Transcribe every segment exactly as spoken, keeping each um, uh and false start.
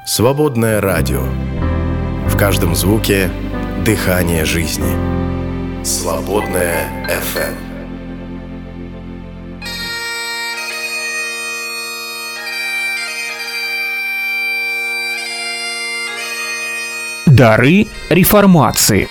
Свободное радио. В каждом звуке дыхание жизни. Свободное эф эм. Дары реформации.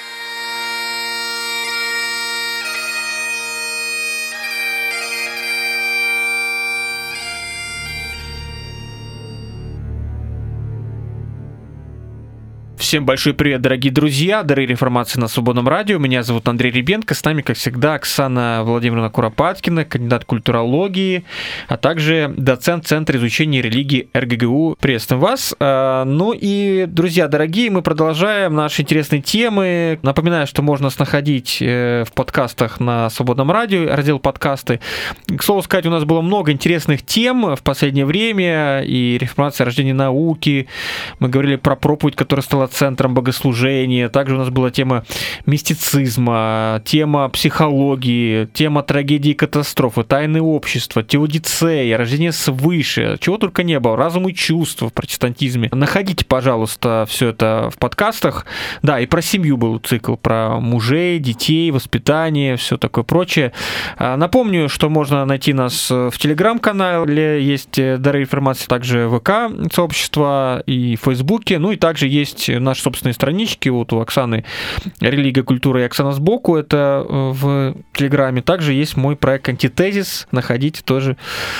Всем большой привет, дорогие друзья! Дары реформации на Свободном радио. Меня зовут Андрей Ребенко. С нами, как всегда, Оксана Владимировна Куропаткина, кандидат культурологии, а также доцент Центра изучения религии эр гэ гэ у. Приветствуем вас! Ну и, друзья дорогие, мы продолжаем наши интересные темы. Напоминаю, что можно нас находить в подкастах на Свободном радио, раздел «Подкасты». К слову сказать, у нас было много интересных тем в последнее время. И реформация, рождение науки. Мы говорили про проповедь, которая стала центром богослужения. Также у нас была тема мистицизма, тема психологии, тема трагедии и катастрофы, тайны общества, теодицея, рождение свыше, чего только не было, разум и чувства в протестантизме. Находите, пожалуйста, все это в подкастах. Да, и про семью был цикл, про мужей, детей, воспитание, все такое прочее. Напомню, что можно найти нас в телеграм-канале, есть Дары реформации, также ВК-сообщество и в Фейсбуке, ну и также есть наши собственные странички, вот у Оксаны «Религия, культура» и Оксана сбоку, это в Телеграме. Также есть мой проект «Антитезис», находите тоже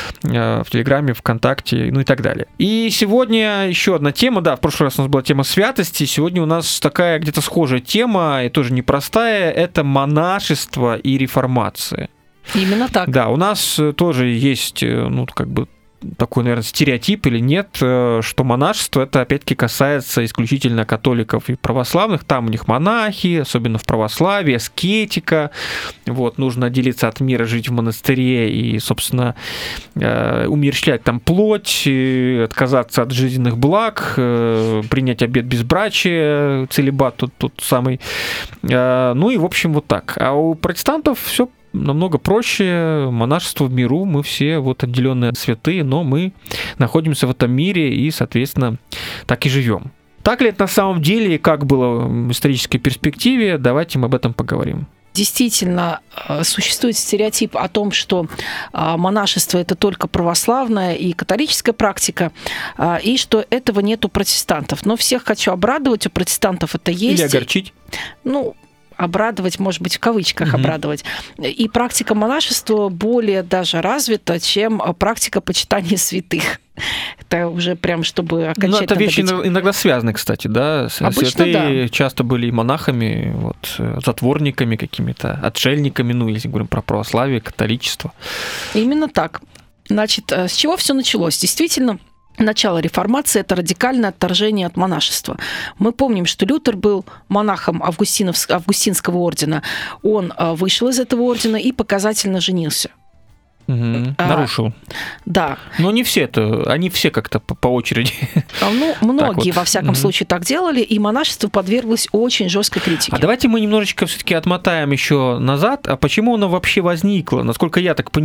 в Телеграме, ВКонтакте, ну и так далее. И сегодня еще одна тема, да, в прошлый раз у нас была тема святости, сегодня у нас такая где-то схожая тема, и тоже непростая, это монашество и реформация. Именно так. Да, у нас тоже есть, ну, как бы, такой, наверное, стереотип или нет, что монашество, это, опять-таки, касается исключительно католиков и православных. Там у них монахи, особенно в православии, аскетика. Вот, нужно отделиться от мира, жить в монастыре и, собственно, умерщвлять там плоть, отказаться от жизненных благ, принять обет безбрачия, целибат тот, тот самый. Ну и, в общем, вот так. А у протестантов все намного проще. Монашество в миру, мы все вот отделенные святые, но мы находимся в этом мире и, соответственно, так и живем. Так ли это на самом деле и как было в исторической перспективе? Давайте мы об этом поговорим. Действительно, существует стереотип о том, что монашество – это только православная и католическая практика, и что этого нет у протестантов. Но всех хочу обрадовать, у протестантов это есть. Или огорчить? Ну, обрадовать, может быть, в кавычках mm-hmm. обрадовать. И практика монашества более даже развита, чем практика почитания святых. Это уже прям, чтобы окончательно... Ну, это вещи добить. Иногда связаны, кстати, да? Обычно, святые да. часто были монахами, вот, затворниками какими-то, отшельниками, ну, если говорим про православие, католичество. Именно так. Значит, с чего все началось? Действительно, начало реформации – это радикальное отторжение от монашества. Мы помним, что Лютер был монахом Августинского ордена. Он вышел из этого ордена и показательно женился. Угу, а, нарушил. Да. Но не все это, они все как-то по, по очереди. Ну, многие, вот. во всяком угу. случае, так делали, и монашество подверглось очень жесткой критике. А давайте мы немножечко все-таки отмотаем еще назад. А почему оно вообще возникло? Насколько я так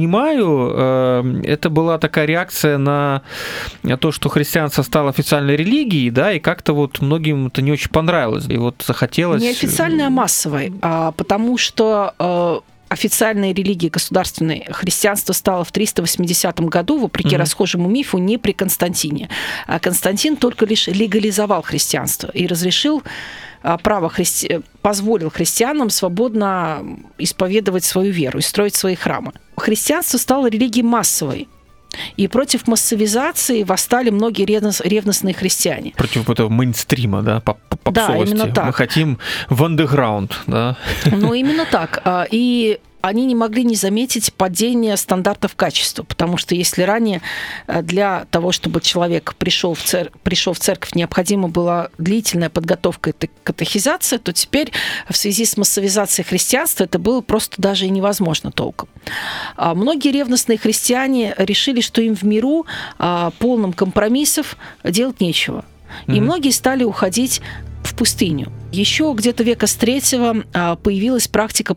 понимаю, это была такая реакция на то, что христианство стало официальной религией, да, и как-то вот многим это не очень понравилось. И вот захотелось... Не официальной, а массовой, а потому что... Официальной религией государственной христианство стало в триста восьмидесятом году, вопреки mm-hmm. расхожему мифу, не при Константине. А Константин только лишь легализовал христианство и разрешил право христи... позволил христианам свободно исповедовать свою веру и строить свои храмы. Христианство стало религией массовой. И против массовизации восстали многие ревностные христиане. Против этого мейнстрима, да, попсовости. Да, именно так. Мы хотим в андеграунд, да. Ну, именно так. И они не могли не заметить падение стандартов качества, потому что если ранее для того, чтобы человек пришел в, цер... пришел в церковь, необходима была длительная подготовка и катехизация, то теперь в связи с массовизацией христианства это было просто даже и невозможно толком. А многие ревностные христиане решили, что им в миру, полном компромиссов, делать нечего. И mm-hmm. многие стали уходить в пустыню. Еще где-то века с третьего появилась практика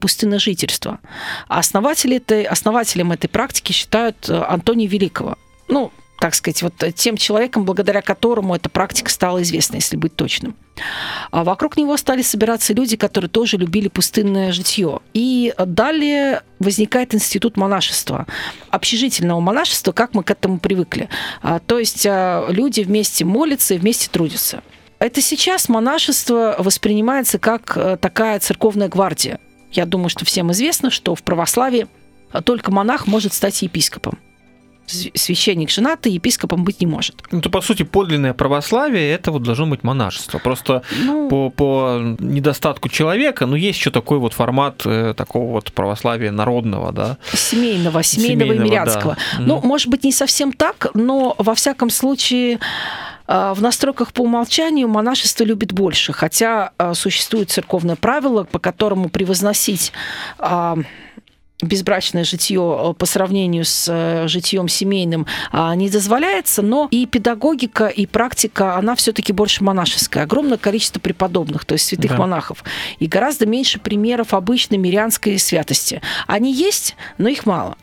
пустынножительства. А основатели этой, основателем этой практики считают Антония Великого. Ну, так сказать, вот тем человеком, благодаря которому эта практика стала известна, если быть точным. А вокруг него стали собираться люди, которые тоже любили пустынное житье. И далее возникает институт монашества, общежительного монашества, как мы к этому привыкли. То есть люди вместе молятся и вместе трудятся. Это сейчас монашество воспринимается как такая церковная гвардия. Я думаю, что всем известно, что в православии только монах может стать епископом. Священник женатый, епископом быть не может. Ну, то, по сути, подлинное православие – это вот должно быть монашество. Просто ну, по, по недостатку человека, ну, есть еще такой вот формат э, такого вот православия народного, да? Семейного, семейного, семейного и мирянского. Да. Ну, mm. может быть, не совсем так, но, во всяком случае, в настройках по умолчанию монашество любит больше, хотя существует церковное правило, по которому превозносить безбрачное житье по сравнению с житьем семейным не дозволяется, но и педагогика, и практика, она все-таки больше монашеская. Огромное количество преподобных, то есть святых да. монахов, и гораздо меньше примеров обычной мирянской святости. Они есть, но их мало.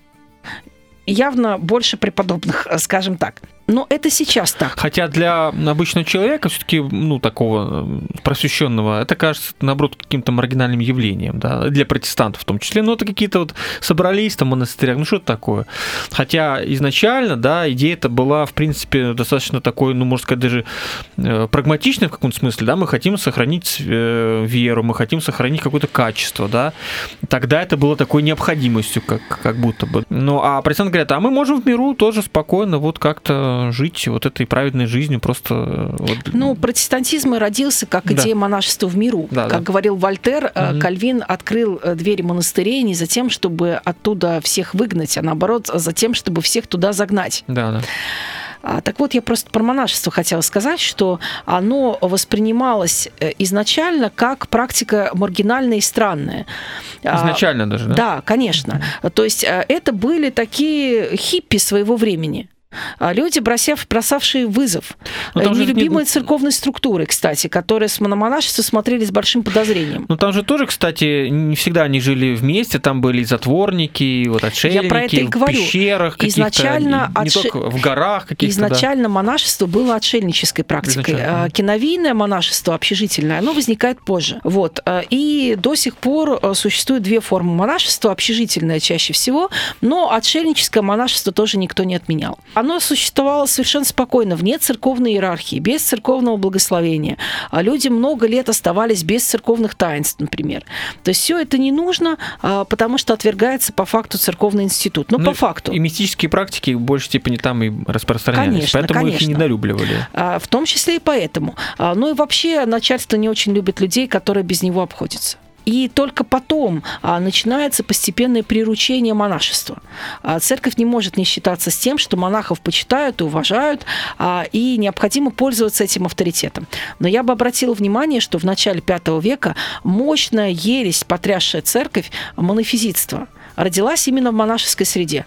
Явно больше преподобных, скажем так. Но это сейчас так. Хотя для обычного человека, все-таки, ну, такого просвещенного, это кажется, наоборот, каким-то маргинальным явлением, да, для протестантов в том числе. Ну, это какие-то вот собрались там в монастырях, ну, что это такое? Хотя изначально, да, идея-то была, в принципе, достаточно такой, ну, можно сказать, даже прагматичной в каком-то смысле, да, мы хотим сохранить веру, мы хотим сохранить какое-то качество, да. Тогда это было такой необходимостью, как, как будто бы. Ну, а протестанты говорят, а мы можем в миру тоже спокойно вот как-то жить вот этой праведной жизнью просто... Вот... Ну, протестантизм и родился как да. идея монашества в миру. Да, как да. говорил Вольтер, угу. Кальвин открыл двери монастырей не за тем, чтобы оттуда всех выгнать, а наоборот, за тем, чтобы всех туда загнать. Да, да. Так вот, я просто про монашество хотела сказать, что оно воспринималось изначально как практика маргинальная и странная. Изначально даже, да? Да, конечно. Mm-hmm. То есть это были такие хиппи своего времени. Люди, бросав, бросавшие вызов. Нелюбимые не... церковной структуры, кстати, которые на монашество смотрели с большим подозрением. Ну, там же тоже, кстати, не всегда они жили вместе, там были и затворники, и вот отшельники, Я про это и в говорю. пещерах каких-то, изначально не, не отше... только в горах каких-то. Изначально да. монашество было отшельнической практикой. Изначально. Киновийное монашество, общежительное, оно возникает позже. Вот. И до сих пор существуют две формы монашества, общежительное чаще всего, но отшельническое монашество тоже никто не отменял. Оно существовало совершенно спокойно, вне церковной иерархии, без церковного благословения. А люди много лет оставались без церковных таинств, например. То есть все это не нужно, потому что отвергается по факту церковный институт. Но ну, по факту. И мистические практики в большей степени там и распространялись. Конечно, поэтому конечно. их и недолюбливали. В том числе и поэтому. Ну и вообще начальство не очень любит людей, которые без него обходятся. И только потом а, начинается постепенное приручение монашества. А, церковь не может не считаться с тем, что монахов почитают и уважают, а, и необходимо пользоваться этим авторитетом. Но я бы обратила внимание, что в начале пятого века мощная ересь, потрясшая церковь, монофизитство, родилась именно в монашеской среде.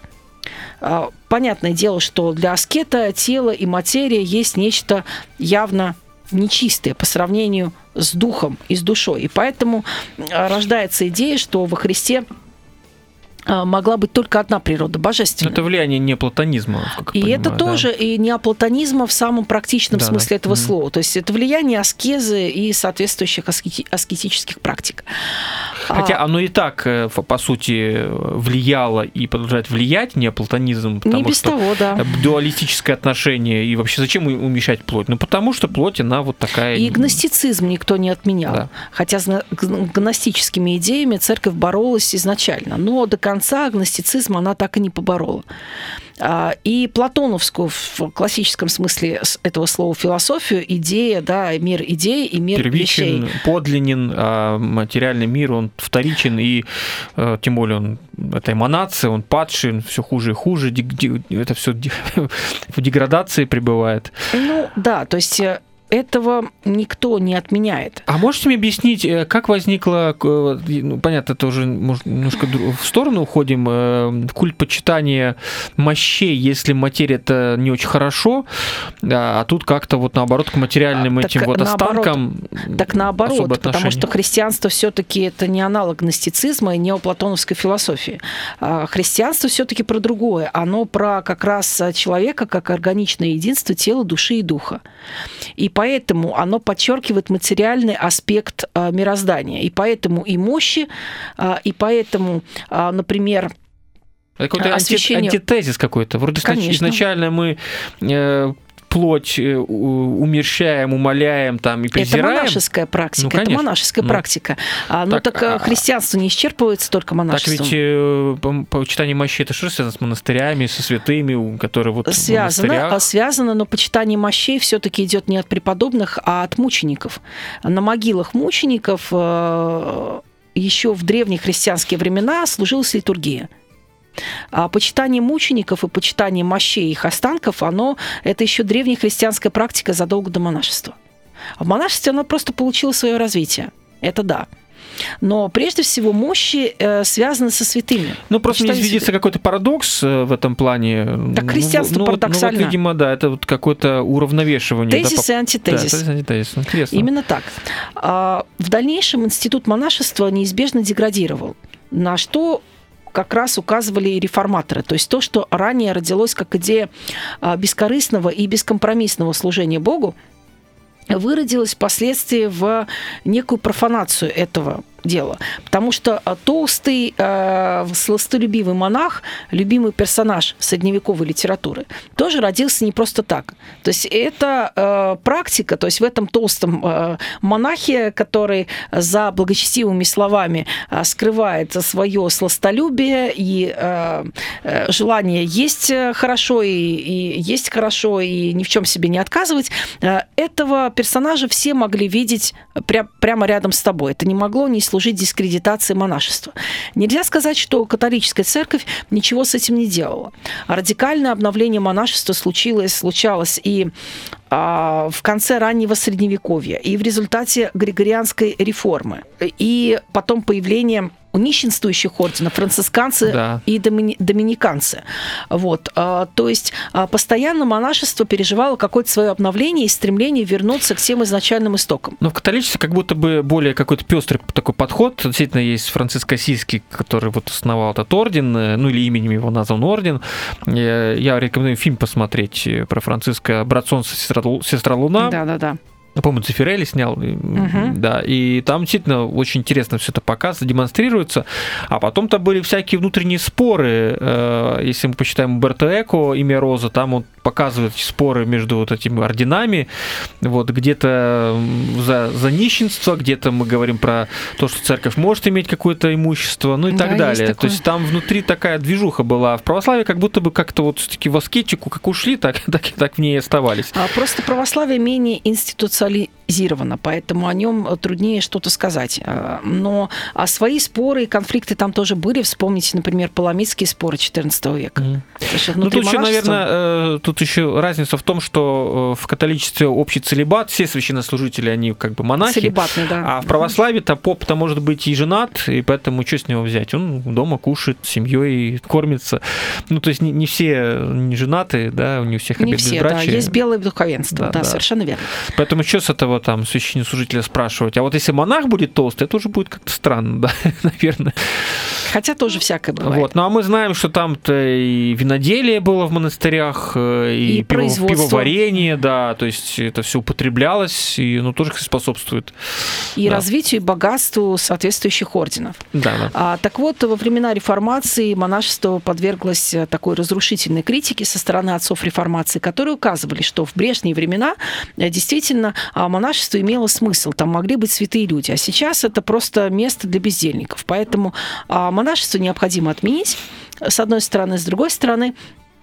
А, понятное дело, что для аскета тело и материя есть нечто явно нечистое по сравнению с духом и с душой. И поэтому рождается идея, что во Христе могла быть только одна природа, божественная. Это влияние неоплатонизма. Как и понимаю, это да. тоже и неоплатонизма в самом практичном да, смысле да. этого mm-hmm. слова. То есть это влияние аскезы и соответствующих аскети- аскетических практик. Хотя оно и так, по сути, влияло и продолжает влиять, неоплатонизм, потому Не без что того, да. дуалистическое отношение, и вообще зачем умещать плоть? Ну, потому что плоть, она вот такая... И гностицизм никто не отменял. Да. Хотя с гностическими идеями церковь боролась изначально, но до конца гностицизм она так и не поборола. И платоновскую, в классическом смысле этого слова, философию, идея, да, мир идей и мир первичен, вещей. Подлинен, а материальный мир, он вторичен, и тем более он, это эманация, он падший, он все хуже и хуже, это все в деградации пребывает. Ну, да, то есть этого никто не отменяет. А можете мне объяснить, как возникло, ну, понятно, это уже может, немножко в сторону уходим, культ почитания мощей, если материя это не очень хорошо, а тут как-то вот наоборот к материальным а, этим так, вот останкам. Так наоборот, потому что христианство все-таки это не аналог гностицизма и неоплатоновской философии. Христианство все-таки про другое. Оно про как раз человека как органичное единство тела, души и духа. И поэтому оно подчеркивает материальный аспект а, мироздания. И поэтому и мощи, а, и поэтому, а, например, какой-то освещение... антитезис какой-то. Вроде Конечно. изначально мы э, плоть умерщаем, умоляем там, и презираем. Это монашеская практика. Ну, это монашеская ну, практика. А, ну так, так христианство не исчерпывается только монашеством. Так ведь э, почитание мощей это что связано с монастырями, со святыми, которые вот связано, в монастырях? Связано, но почитание мощей все-таки идет не от преподобных, а от мучеников. На могилах мучеников э, еще в древние христианские времена служилась литургия. А почитание мучеников и почитание мощей их останков, оно, это еще древняя христианская практика задолго до монашества. А в монашестве оно просто получило свое развитие. Это да. Но прежде всего мощи э, связаны со святыми. Ну, просто мне видится какой-то парадокс в этом плане. Так христианство ну, парадоксально. Ну, вот, видимо, да, это вот какое-то уравновешивание. Тезис да, и антитезис. Да, тезис и антитезис. Интересно. Именно так. А, в дальнейшем институт монашества неизбежно деградировал. На что как раз указывали и реформаторы. То есть то, что ранее родилось как идея бескорыстного и бескомпромиссного служения Богу, выродилось впоследствии в некую профанацию этого дела. Потому что толстый, э, сластолюбивый монах, любимый персонаж средневековой литературы, тоже родился не просто так. То есть это э, практика, то есть в этом толстом э, монахе, который за благочестивыми словами э, скрывает свое сластолюбие и э, э, желание есть хорошо и, и есть хорошо и ни в чем себе не отказывать, э, этого персонажа все могли видеть пря- прямо рядом с тобой. Это не могло не служить дискредитации монашества. Нельзя сказать, что католическая церковь ничего с этим не делала. Радикальное обновление монашества случилось, случалось и а, в конце раннего Средневековья, и в результате Григорианской реформы, и потом появление нищенствующих орденов, францисканцы да. и домини- доминиканцы. Вот. А, то есть а, постоянно монашество переживало какое-то свое обновление и стремление вернуться к тем изначальным истокам. Но в католичестве как будто бы более какой-то пестрый такой подход. Действительно, есть Франциск Ассизский, который вот основал этот орден, ну или именем его назван орден. Я, я рекомендую фильм посмотреть про Франциска «Брат Солнца, сестра, сестра Луна». Да-да-да. По-моему, Циферелли снял, uh-huh. да, и там действительно очень интересно все это показывается, демонстрируется, а потом-то были всякие внутренние споры, если мы почитаем Умберто Эко «Имя Роза», там он показывает споры между вот этими орденами, вот где-то за, за нищенство, где-то мы говорим про то, что церковь может иметь какое-то имущество, ну и да, так далее, то есть там внутри такая движуха была, в православии как будто бы как-то вот все-таки в аскетику как ушли, так, так, так в ней и оставались. А просто православие менее институциализировано, поэтому о нем труднее что-то сказать. Но а свои споры и конфликты там тоже были. Вспомните, например, Паламидские споры четырнадцатого века. Mm. Ну, тут еще, наверное, тут еще разница в том, что в католичестве общий целибат, все священнослужители, они как бы монахи, целибатные, да. А в православии-то поп-то может быть и женат, и поэтому что с него взять? Он дома кушает, с семьей кормится. Ну, то есть не, не все не женаты, да, у них всех обет безбрачия. Не все, да, есть белое духовенство, да, да, да, совершенно верно. Поэтому что с этого там священнослужителя спрашивать? А вот если монах будет толстый, это уже будет как-то странно, да, наверное. Хотя тоже всякое бывает. Вот. Ну, а мы знаем, что там-то и виноделие было в монастырях, и, и пиво, пивоварение, да, то есть это все употреблялось, и ну, тоже способствует. И да. развитию, и богатству соответствующих орденов. Да, да. А, так вот, во времена реформации монашество подверглось такой разрушительной критике со стороны отцов реформации, которые указывали, что в прежние времена действительно монашество имело смысл, там могли быть святые люди, а сейчас это просто место для бездельников. Поэтому монашество необходимо отменить, с одной стороны, с другой стороны,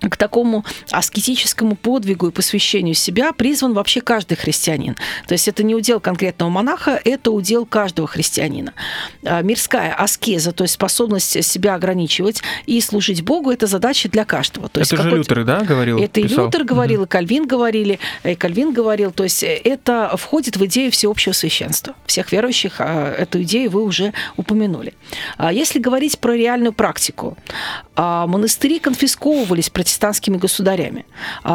к такому аскетическому подвигу и посвящению себя призван вообще каждый христианин. То есть это не удел конкретного монаха, это удел каждого христианина. Мирская аскеза, то есть способность себя ограничивать и служить Богу, это задача для каждого. То это есть же Лютер, да, говорил? Это писал. и Лютер говорил, угу. и Кальвин говорили, и Кальвин говорил. То есть это входит в идею всеобщего священства. Всех верующих эту идею вы уже упомянули. Если говорить про реальную практику, монастыри конфисковывались протестантскими государями.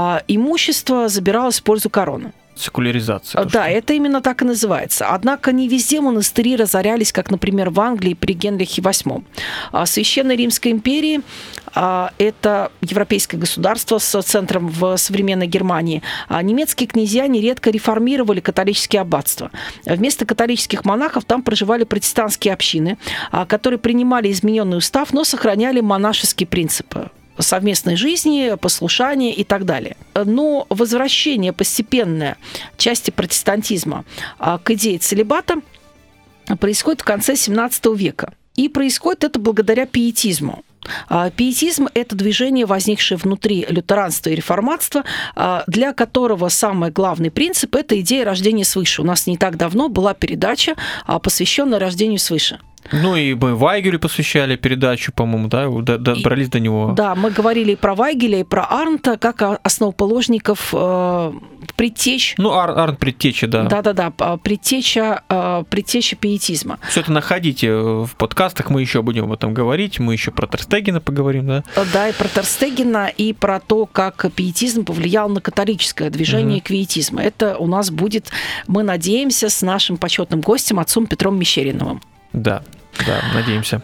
Имущество забиралось в пользу короны. Секуляризация. Да, что... это именно так и называется. Однако не везде монастыри разорялись, как, например, в Англии при Генрихе восьмом. Священной Римской империи – это европейское государство с центром в современной Германии. Немецкие князья нередко реформировали католические аббатства. Вместо католических монахов там проживали протестантские общины, которые принимали измененный устав, но сохраняли монашеские принципы совместной жизни, послушания и так далее. Но возвращение постепенное части протестантизма к идее целибата происходит в конце семнадцатого века. И происходит это благодаря пиетизму. Пиетизм – это движение, возникшее внутри лютеранства и реформатства, для которого самый главный принцип – это идея рождения свыше. У нас не так давно была передача, посвященная рождению свыше. Ну и мы Вайгелю посвящали передачу, по-моему, да, добрались и, до него. Да, мы говорили и про Вайгеля, и про Арнта, как основоположников э, предтеч. Ну, Ар, Арнт предтеча, да. Да-да-да, предтеча, э, предтеча пиетизма. Все это находите в подкастах, мы еще будем об этом говорить, мы еще про Тер Стегена поговорим, да? Да, и про Тер Стегена, и про то, как пиетизм повлиял на католическое движение угу. квиетизма. Это у нас будет, мы надеемся, с нашим почетным гостем, отцом Петром Мещериновым. Да, да, надеемся.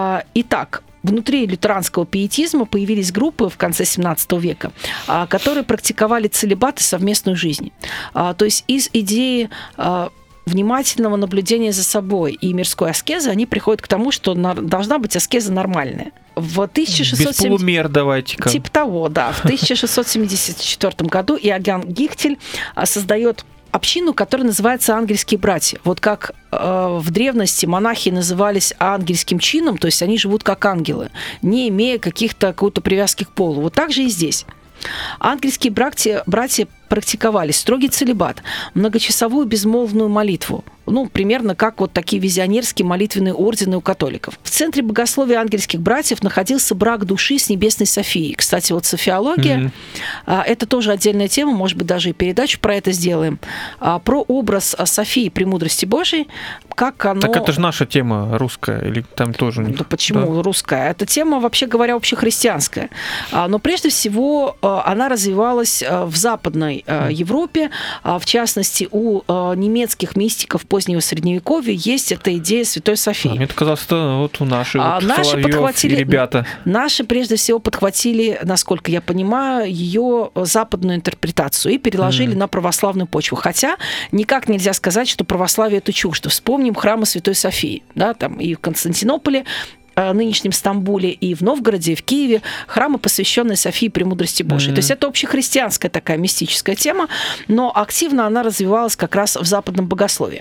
Итак, внутри лютеранского пиетизма появились группы в конце семнадцатого века, которые практиковали целибат и совместную жизнь. То есть из идеи внимательного наблюдения за собой и мирской аскезы они приходят к тому, что должна быть аскеза нормальная. В тысяча шестьсот семидесятом... Без полумер давайте-ка. Типа того, да. В тысяча шестьсот семьдесят четвёртом году Иоганн Гихтель создает общину, которая называется ангельские братья. Вот как э, в древности монахи назывались ангельским чином, то есть они живут как ангелы, не имея каких-то какой-то привязки к полу. Вот так же и здесь. Ангельские братья, братья практиковали строгий целибат, многочасовую безмолвную молитву. Ну, примерно как вот такие визионерские молитвенные ордены у католиков. В центре богословия ангельских братьев находился брак души с небесной Софией. Кстати, вот софиология, mm-hmm. это тоже отдельная тема, может быть, даже и передачу про это сделаем. Про образ Софии премудрости Божией, как оно... Так это же наша тема русская, или там тоже у них? Да почему да? русская? Эта тема, вообще говоря, общехристианская. Но прежде всего она развивалась в Западной Европе, в частности, у немецких мистиков позднего Средневековья есть эта идея Святой Софии. А мне казалось, что вот у наших а вот наши подхватили, ребята. Наши, прежде всего, подхватили, насколько я понимаю, ее западную интерпретацию и переложили mm. на православную почву. Хотя никак нельзя сказать, что православие это чуждо. Вспомним храмы Святой Софии. Да, там и в Константинополе, нынешнем Стамбуле, и в Новгороде, и в Киеве храмы, посвященные Софии Премудрости Божией. Mm-hmm. То есть это общехристианская такая мистическая тема, но активно она развивалась как раз в западном богословии.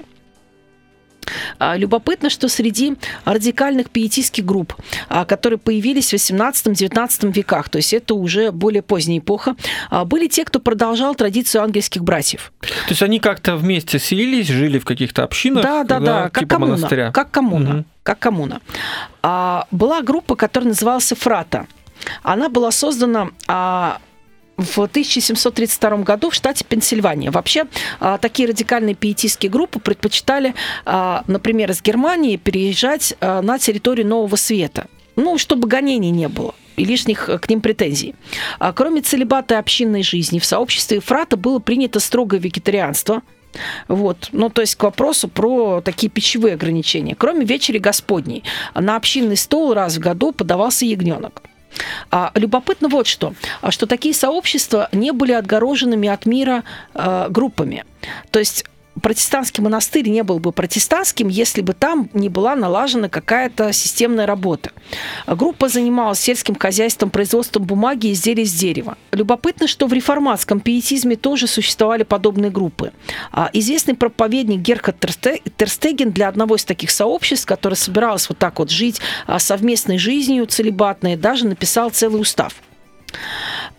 Любопытно, что среди радикальных пиетистских групп, которые появились в восемнадцатом-девятнадцатом веках, то есть это уже более поздняя эпоха, были те, кто продолжал традицию ангельских братьев. То есть они как-то вместе селились, жили в каких-то общинах? Да, да, да, как типа коммуна. Монастыря. Как коммуна. Угу. Как коммуна. Была группа, которая называлась Эфрата. Она была создана в тысяча семьсот тридцать втором году в штате Пенсильвания. Вообще, такие радикальные пиетистские группы предпочитали, например, из Германии переезжать на территорию Нового Света, ну, чтобы гонений не было и лишних к ним претензий. Кроме целибата и общинной жизни, в сообществе Эфрата было принято строгое вегетарианство. Вот. Ну, то есть к вопросу про такие пищевые ограничения. Кроме вечери Господней, на общинный стол раз в году подавался ягненок. А, любопытно вот что, что такие сообщества не были отгороженными от мира а, группами. То есть протестантский монастырь не был бы протестантским, если бы там не была налажена какая-то системная работа. Группа занималась сельским хозяйством, производством бумаги и изделий из дерева. Любопытно, что в реформатском пиетизме тоже существовали подобные группы. Известный проповедник Герхард Тер Стеген для одного из таких сообществ, которое собиралось вот так вот жить совместной жизнью целибатной, даже написал целый устав.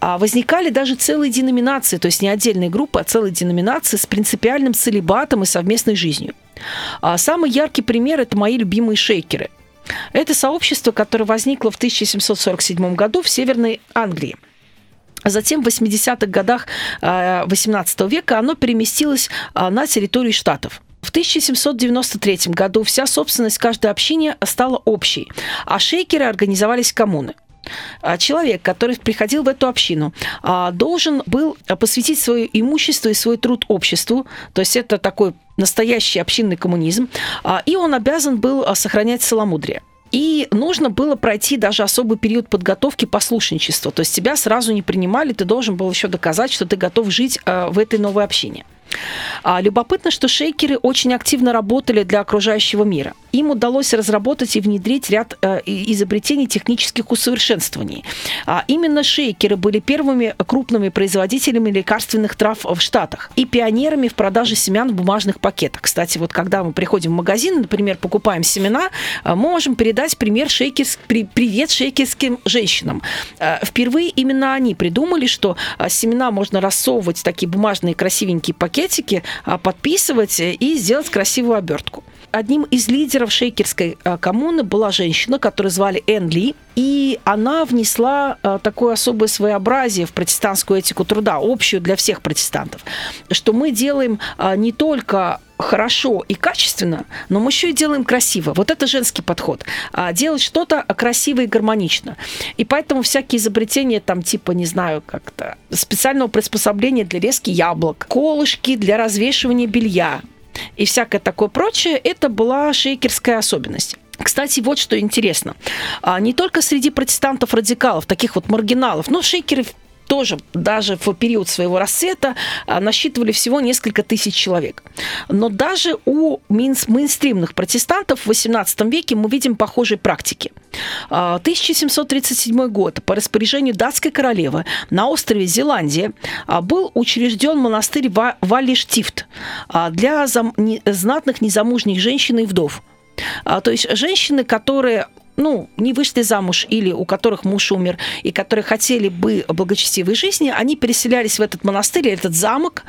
возникали даже целые деноминации, то есть не отдельные группы, а целые деноминации с принципиальным целибатом и совместной жизнью. Самый яркий пример – это мои любимые шейкеры. Это сообщество, которое возникло в тысяча семьсот сорок седьмом году в Северной Англии. Затем в восьмидесятых годах восемнадцатого века оно переместилось на территорию Штатов. В тысяча семьсот девяносто третьем году вся собственность каждой общины стала общей, а шейкеры организовались в коммуны. Человек, который приходил в эту общину, должен был посвятить свое имущество и свой труд обществу, то есть это такой настоящий общинный коммунизм, и он обязан был сохранять целомудрие. И нужно было пройти даже особый период подготовки послушничества, то есть тебя сразу не принимали, ты должен был еще доказать, что ты готов жить в этой новой общине. Любопытно, что шейкеры очень активно работали для окружающего мира. Им удалось разработать и внедрить ряд изобретений технических усовершенствований. Именно шейкеры были первыми крупными производителями лекарственных трав в Штатах и пионерами в продаже семян в бумажных пакетах. Кстати, вот когда мы приходим в магазин, например, покупаем семена, мы можем передать пример шейкерс... привет шейкерским женщинам. Впервые именно они придумали, что семена можно рассовывать в такие бумажные красивенькие пакетики, подписывать и сделать красивую обертку. Одним из лидеров шейкерской коммуны была женщина, которую звали Энн Ли, и она внесла такое особое своеобразие в протестантскую этику труда, общую для всех протестантов, что мы делаем не только хорошо и качественно, но мы еще и делаем красиво. Вот это женский подход. Делать что-то красиво и гармонично. И поэтому всякие изобретения, там, типа, не знаю, как-то специального приспособления для резки яблок, колышки для развешивания белья и всякое такое прочее, это была шейкерская особенность. Кстати, вот что интересно. Не только среди протестантов-радикалов, таких вот маргиналов, но шейкеры тоже даже в период своего расцвета насчитывали всего несколько тысяч человек. Но даже у мейнстримных протестантов в восемнадцатом веке мы видим похожие практики. тысяча семьсот тридцать седьмой год по распоряжению датской королевы на острове Зеландия был учрежден монастырь Валли-Штифт для знатных незамужних женщин и вдов. То есть женщины, которые ну, не вышли замуж или у которых муж умер, и которые хотели бы благочестивой жизни, они переселялись в этот монастырь, этот замок,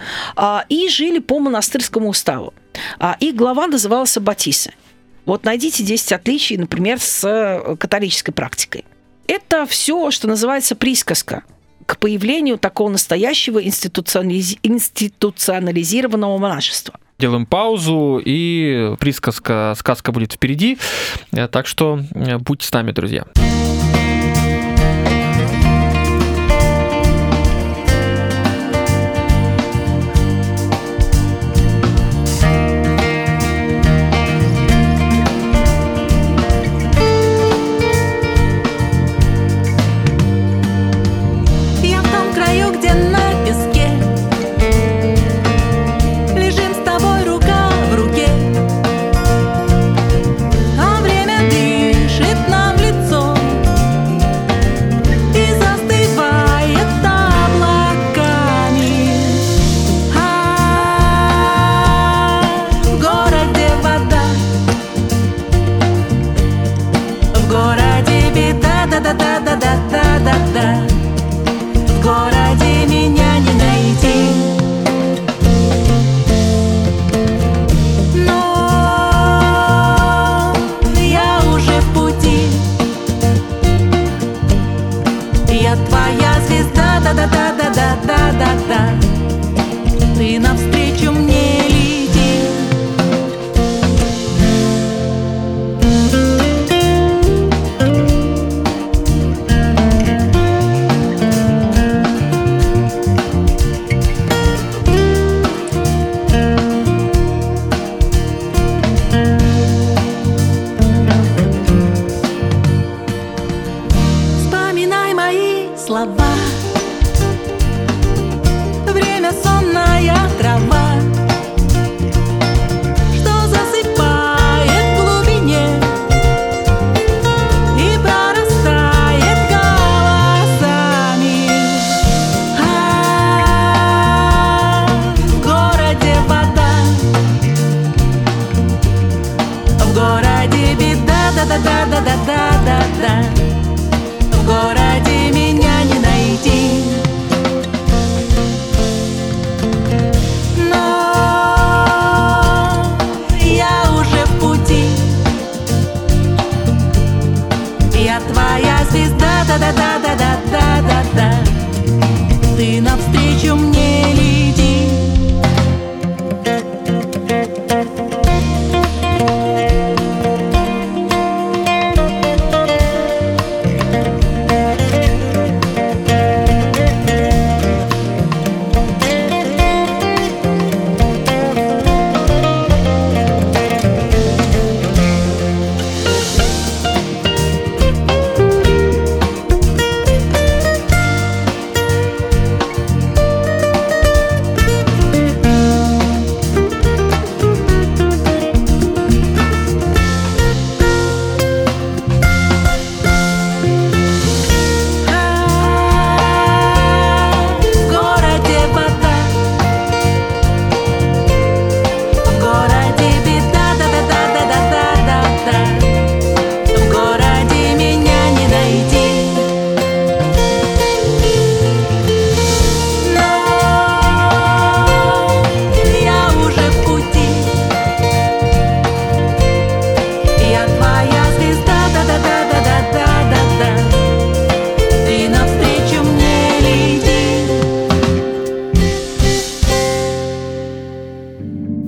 и жили по монастырскому уставу. Их глава называлась Аббатиса. Вот найдите десять отличий, например, с католической практикой. Это все, что называется присказка к появлению такого настоящего институционализ... институционализированного монашества. Делаем паузу, и присказка, сказка будет впереди, так что будьте с нами, друзья. Нам лицо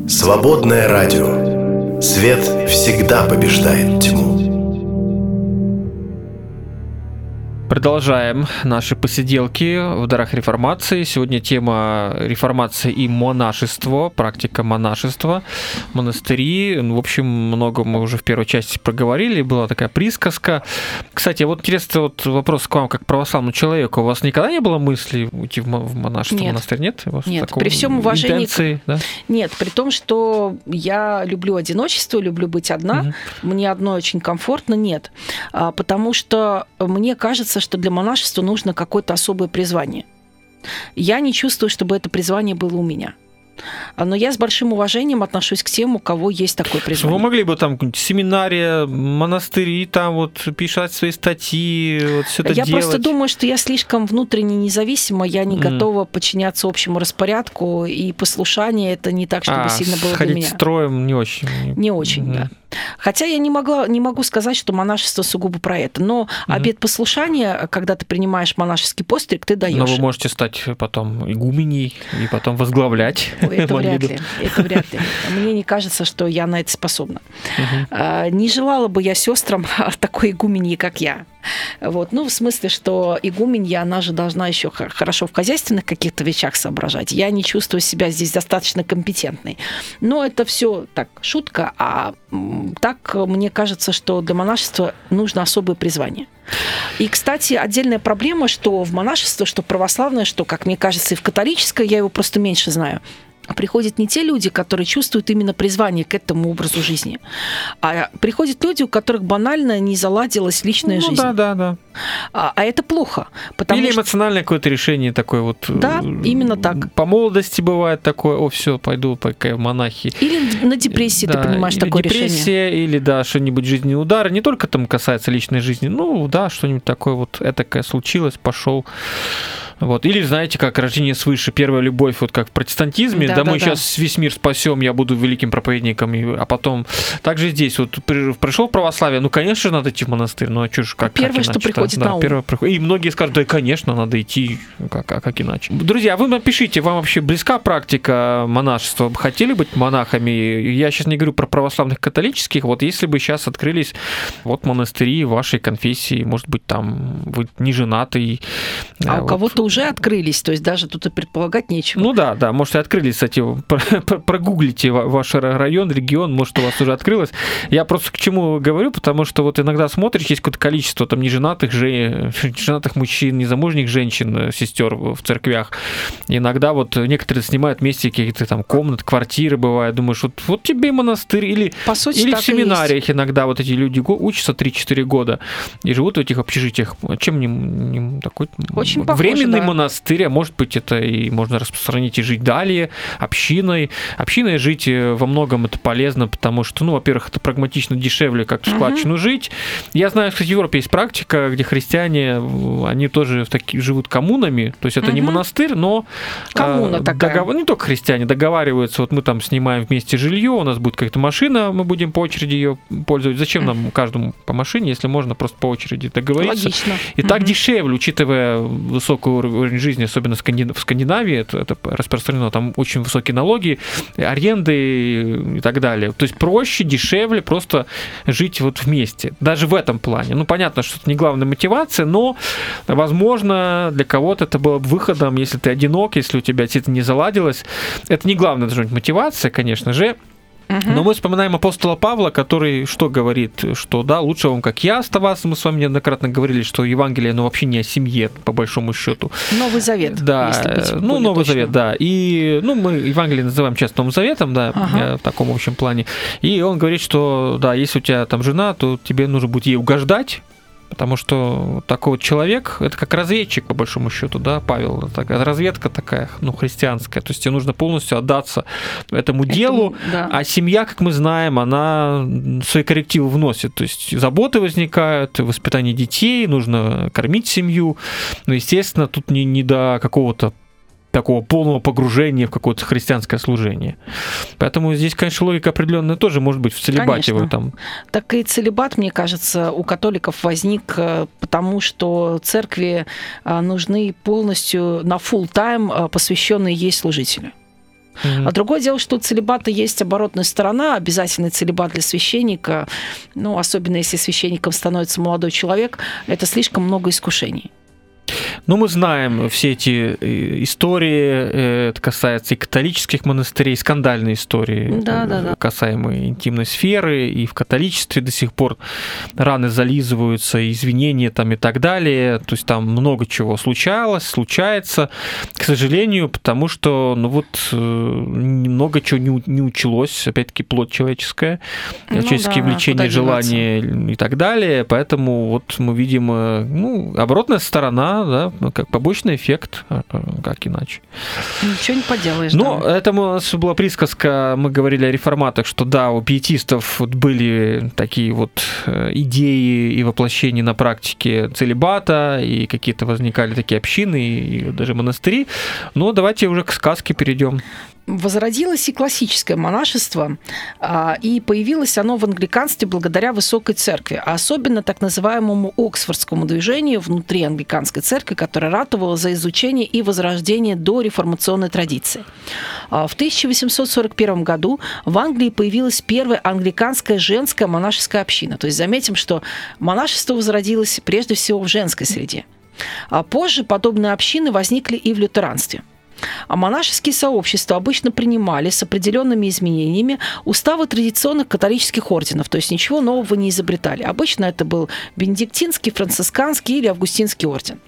Свободное радио. Свет всегда побеждает тьму. Продолжаем наши посиделки в дарах реформации. Сегодня тема реформации и монашество, практика монашества, монастыри. В общем, много мы уже в первой части проговорили, была такая присказка. Кстати, вот интересный вот вопрос к вам, как православному человеку. У вас никогда не было мысли уйти в монашество, нет. в монастырь? Нет? У вас нет, при всем уважении... Интенции, да? Нет, при том, что я люблю одиночество, люблю быть одна, угу. Мне одной очень комфортно, нет. Потому что мне кажется, что для монашества нужно какое-то особое призвание. Я не чувствую, чтобы это призвание было у меня. Но я с большим уважением отношусь к тем, у кого есть такое призвание. Вы могли бы там семинария, монастыри, там вот писать свои статьи, вот все это я делать? Я просто думаю, что я слишком внутренне независима, я не mm. готова подчиняться общему распорядку, и послушание это не так, чтобы а, сильно было для меня. Ходить строем не очень. Не очень, mm. да. Хотя я не, могла, не могу сказать, что монашество сугубо про это. Но mm-hmm. обет послушания, когда ты принимаешь монашеский постриг, ты даешь. Но вы можете стать потом игуменей и потом возглавлять. Это вряд ли. Это вряд ли. Мне не кажется, что я на это способна. Mm-hmm. Не желала бы я сестрам такой игуменьи, как я. Вот. Ну, в смысле, что игуменья, она же должна еще хорошо в хозяйственных каких-то вещах соображать. Я не чувствую себя здесь достаточно компетентной. Но это все так, шутка, а так мне кажется, что для монашества нужно особое призвание. И, кстати, отдельная проблема, что в монашество, что православное, что, как мне кажется, и в католическое, я его просто меньше знаю, приходят не те люди, которые чувствуют именно призвание к этому образу жизни, а приходят люди, у которых банально не заладилась личная ну, жизнь. Да, да, да. А, а это плохо. Или что... эмоциональное какое-то решение такое вот. Да, именно так. По молодости бывает такое, о, все, пойду пока в монахи. Или на депрессии да, ты понимаешь или такое депрессия, решение. Или, да, что-нибудь жизненные удары. Не только там касается личной жизни, ну, да, что-нибудь такое вот этакое случилось, пошел. Вот. Или, знаете, как рождение свыше, первая любовь, вот как в протестантизме, да, да, да мы да. сейчас весь мир спасем, я буду великим проповедником, а потом... Также здесь, вот пришел в православие, ну, конечно, надо идти в монастырь, ну, а что ж, как, первое, как что приходит да, на ум. Первое, и многие скажут, да, конечно, надо идти, как, а как иначе. Друзья, вы напишите, вам вообще близка практика монашества? Хотели быть монахами? Я сейчас не говорю про православных католических, вот если бы сейчас открылись вот монастыри вашей конфессии, может быть, там вы не женатый. А вот. У кого-то уже открылись, то есть даже тут и предполагать нечего. Ну да, да, может и открылись, кстати, прогуглите ваш район, регион, может у вас уже открылось. Я просто к чему говорю, потому что вот иногда смотришь, есть какое-то количество там неженатых, же, женатых мужчин, незамужних женщин, сестер в церквях. Иногда вот некоторые снимают вместе какие-то там комнаты, квартиры бывают, думаешь, вот, вот тебе и монастырь, или, По сути, или в семинариях и иногда вот эти люди учатся три-четыре года и живут в этих общежитиях. Чем не, не такой Очень временный похоже, да. монастырь, а может быть это и можно распространить и жить далее общиной. Общиной жить во многом это полезно, потому что, ну, во-первых, это прагматично дешевле, как в складчину uh-huh. жить. Я знаю, что в Европе есть практика, где христиане, они тоже в таки, живут коммунами, то есть это uh-huh. не монастырь, но коммуна такая. Договор... не только христиане договариваются, вот мы там снимаем вместе жилье, у нас будет какая-то машина, мы будем по очереди ее пользоваться. Зачем uh-huh. нам каждому по машине, если можно просто по очереди договориться? Логично. И uh-huh. так дешевле, учитывая высокий уровень жизни, особенно в Скандинавии, это, это распространено, там очень высокие налоги, аренды и так далее. То есть проще, дешевле просто жить вот вместе. Даже в этом плане. Ну, понятно, что это не главная мотивация, но, возможно, для кого-то это было бы выходом, если ты одинок, если у тебя это не заладилось. Это не главная должна быть мотивация, конечно же. Uh-huh. Но мы вспоминаем апостола Павла, который что говорит, что да, лучше вам, как я, оставаться. Мы с вами неоднократно говорили, что Евангелие, ну, вообще не о семье, по большому счету. Новый Завет. Да, если быть ну, Новый точным. Завет, да. И, ну, мы Евангелие называем часто Новым Заветом, да, uh-huh. в таком общем плане. И он говорит, что, да, если у тебя там жена, то тебе нужно будет ей угождать. Потому что такой вот человек, это как разведчик, по большому счету, да, Павел, такая разведка такая, ну, христианская, то есть тебе нужно полностью отдаться этому делу, это, да. А семья, как мы знаем, она свои коррективы вносит, то есть заботы возникают, воспитание детей, нужно кормить семью, но, естественно, тут не, не до какого-то такого полного погружения в какое-то христианское служение. Поэтому здесь, конечно, логика определенная тоже может быть в целибате. В этом. Так и целибат, мне кажется, у католиков возник потому, что церкви нужны полностью на full-time посвященные ей служители. Mm-hmm. А другое дело, что у целибата есть оборотная сторона, обязательный целибат для священника, ну, особенно если священником становится молодой человек, это слишком много искушений. Ну, мы знаем все эти истории, это касается и католических монастырей, скандальные истории, да, да, да. касаемые интимной сферы, и в католичестве до сих пор раны зализываются, извинения там и так далее, то есть там много чего случалось, случается, к сожалению, потому что, ну вот, много чего не, не училось, опять-таки, плоть человеческая, ну, человеческие да, влечения, желания и так далее, поэтому вот мы видим, ну, оборотная сторона, да, как побочный эффект, как иначе. Ничего не поделаешь. Ну, да. это у нас была присказка, мы говорили о реформатах, что да, у пиетистов вот были такие вот идеи и воплощения на практике целибата, и какие-то возникали такие общины, и даже монастыри. Но давайте уже к сказке перейдем. Возродилось и классическое монашество, и появилось оно в англиканстве благодаря высокой церкви, а особенно так называемому Оксфордскому движению внутри англиканской церкви, которое ратовало за изучение и возрождение дореформационной традиции. В тысяча восемьсот сорок первом году в Англии появилась первая англиканская женская монашеская община. То есть заметим, что монашество возродилось прежде всего в женской среде. А позже подобные общины возникли и в лютеранстве. А монашеские сообщества обычно принимали с определенными изменениями уставы традиционных католических орденов, то есть ничего нового не изобретали. Обычно это был бенедиктинский, францисканский или августинский орден.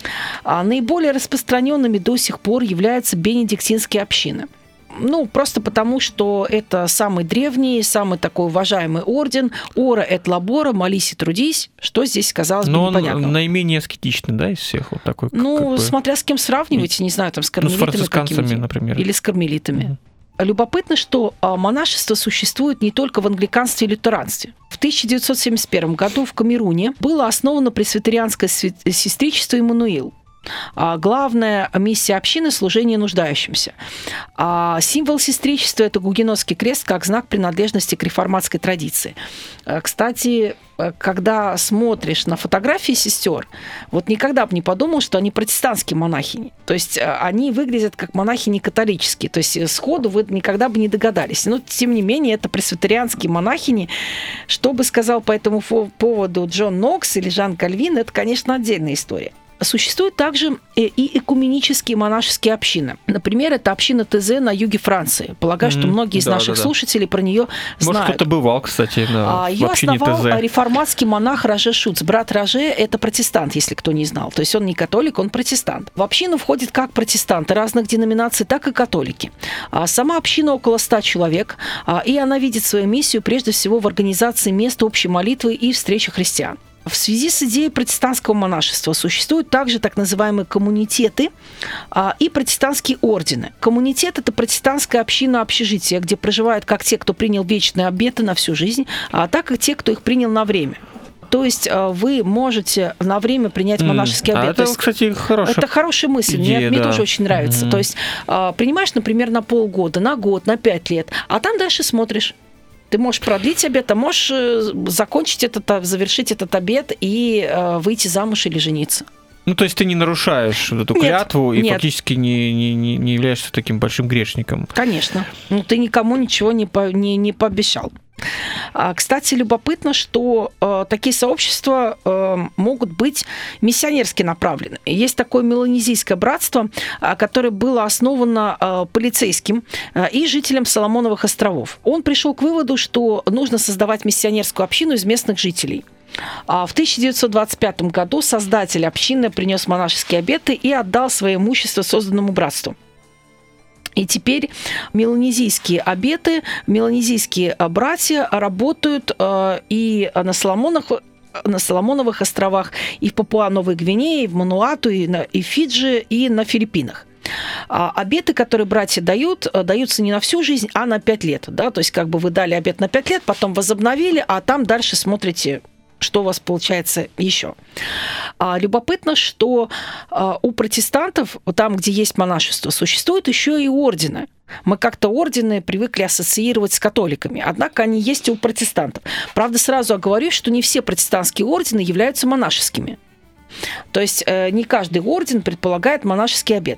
А наиболее распространенными до сих пор являются бенедиктинские общины. Ну, просто потому, что это самый древний, самый такой уважаемый орден. Ора эт лабора, молись и трудись. Что здесь, казалось бы, непонятно. Но он наименее аскетичный, да, из всех? Вот такой, ну, как бы... смотря с кем сравнивать, не знаю, там, с кармелитами. Ну, с францисканцами, например. Или с кармелитами. Mm-hmm. Любопытно, что монашество существует не только в англиканстве и лютеранстве. В тысяча девятьсот семьдесят первом году в Камеруне было основано пресвитерианское сестричество Иммануил. А главная миссия общины – служение нуждающимся. А символ сестричества – это гугенотский крест как знак принадлежности к реформатской традиции. Кстати, когда смотришь на фотографии сестер, вот никогда бы не подумал, что они протестантские монахини. То есть они выглядят как монахини католические. То есть сходу вы никогда бы не догадались. Но, тем не менее, это пресвитерианские монахини. Что бы сказал по этому поводу Джон Нокс или Жан Кальвин, это, конечно, отдельная история. Существуют также и экуменические монашеские общины. Например, это община ТЗ на юге Франции. Полагаю, mm-hmm. что многие из да, наших да, да. слушателей про нее знают. Может, кто-то бывал, кстати, на Ее общине основал ТЗ. Реформатский монах Роже Шуц. Брат Роже – это протестант, если кто не знал. То есть он не католик, он протестант. В общину входят как протестанты разных деноминаций, так и католики. Сама община около ста человек, и она видит свою миссию прежде всего в организации мест общей молитвы и встречи христиан. В связи с идеей протестантского монашества существуют также так называемые коммунитеты а, и протестантские ордены. Коммунитет – это протестантская община общежития, где проживают как те, кто принял вечные обеты на всю жизнь, а так и те, кто их принял на время. То есть вы можете на время принять монашеский обет. А это, кстати, хорошая Это хорошая мысль, идея, мне, да. мне тоже очень нравится. Mm-hmm. То есть принимаешь, например, на полгода, на год, на пять лет, а там дальше смотришь. Ты можешь продлить обет, а можешь закончить этот, завершить этот обет и э, выйти замуж или жениться. Ну, то есть ты не нарушаешь вот эту нет, клятву и нет. фактически не, не, не являешься таким большим грешником. Конечно. Ну, ты никому ничего не, по, не, не пообещал. А, кстати, любопытно, что э, такие сообщества э, могут быть миссионерски направлены. Есть такое меланезийское братство, э, которое было основано э, полицейским э, и жителем Соломоновых островов. Он пришел к выводу, что нужно создавать миссионерскую общину из местных жителей. В тысяча девятьсот двадцать пятом году создатель общины принес монашеские обеты и отдал свое имущество созданному братству. И теперь меланезийские обеты, меланезийские братья работают и на Соломонах, на Соломоновых островах, и в Папуа-Новой Гвинее, и в Мануату, и на и Фиджи, и на Филиппинах. А обеты, которые братья дают, даются не на всю жизнь, а на пять лет. Да? То есть как бы вы дали обет на пять лет, потом возобновили, а там дальше смотрите, что у вас получается еще. А, любопытно, что а, у протестантов, там, где есть монашество, существуют еще и ордены. Мы как-то ордены привыкли ассоциировать с католиками, однако они есть и у протестантов. Правда, сразу оговорюсь, что не все протестантские ордены являются монашескими. То есть э, не каждый орден предполагает монашеский обет.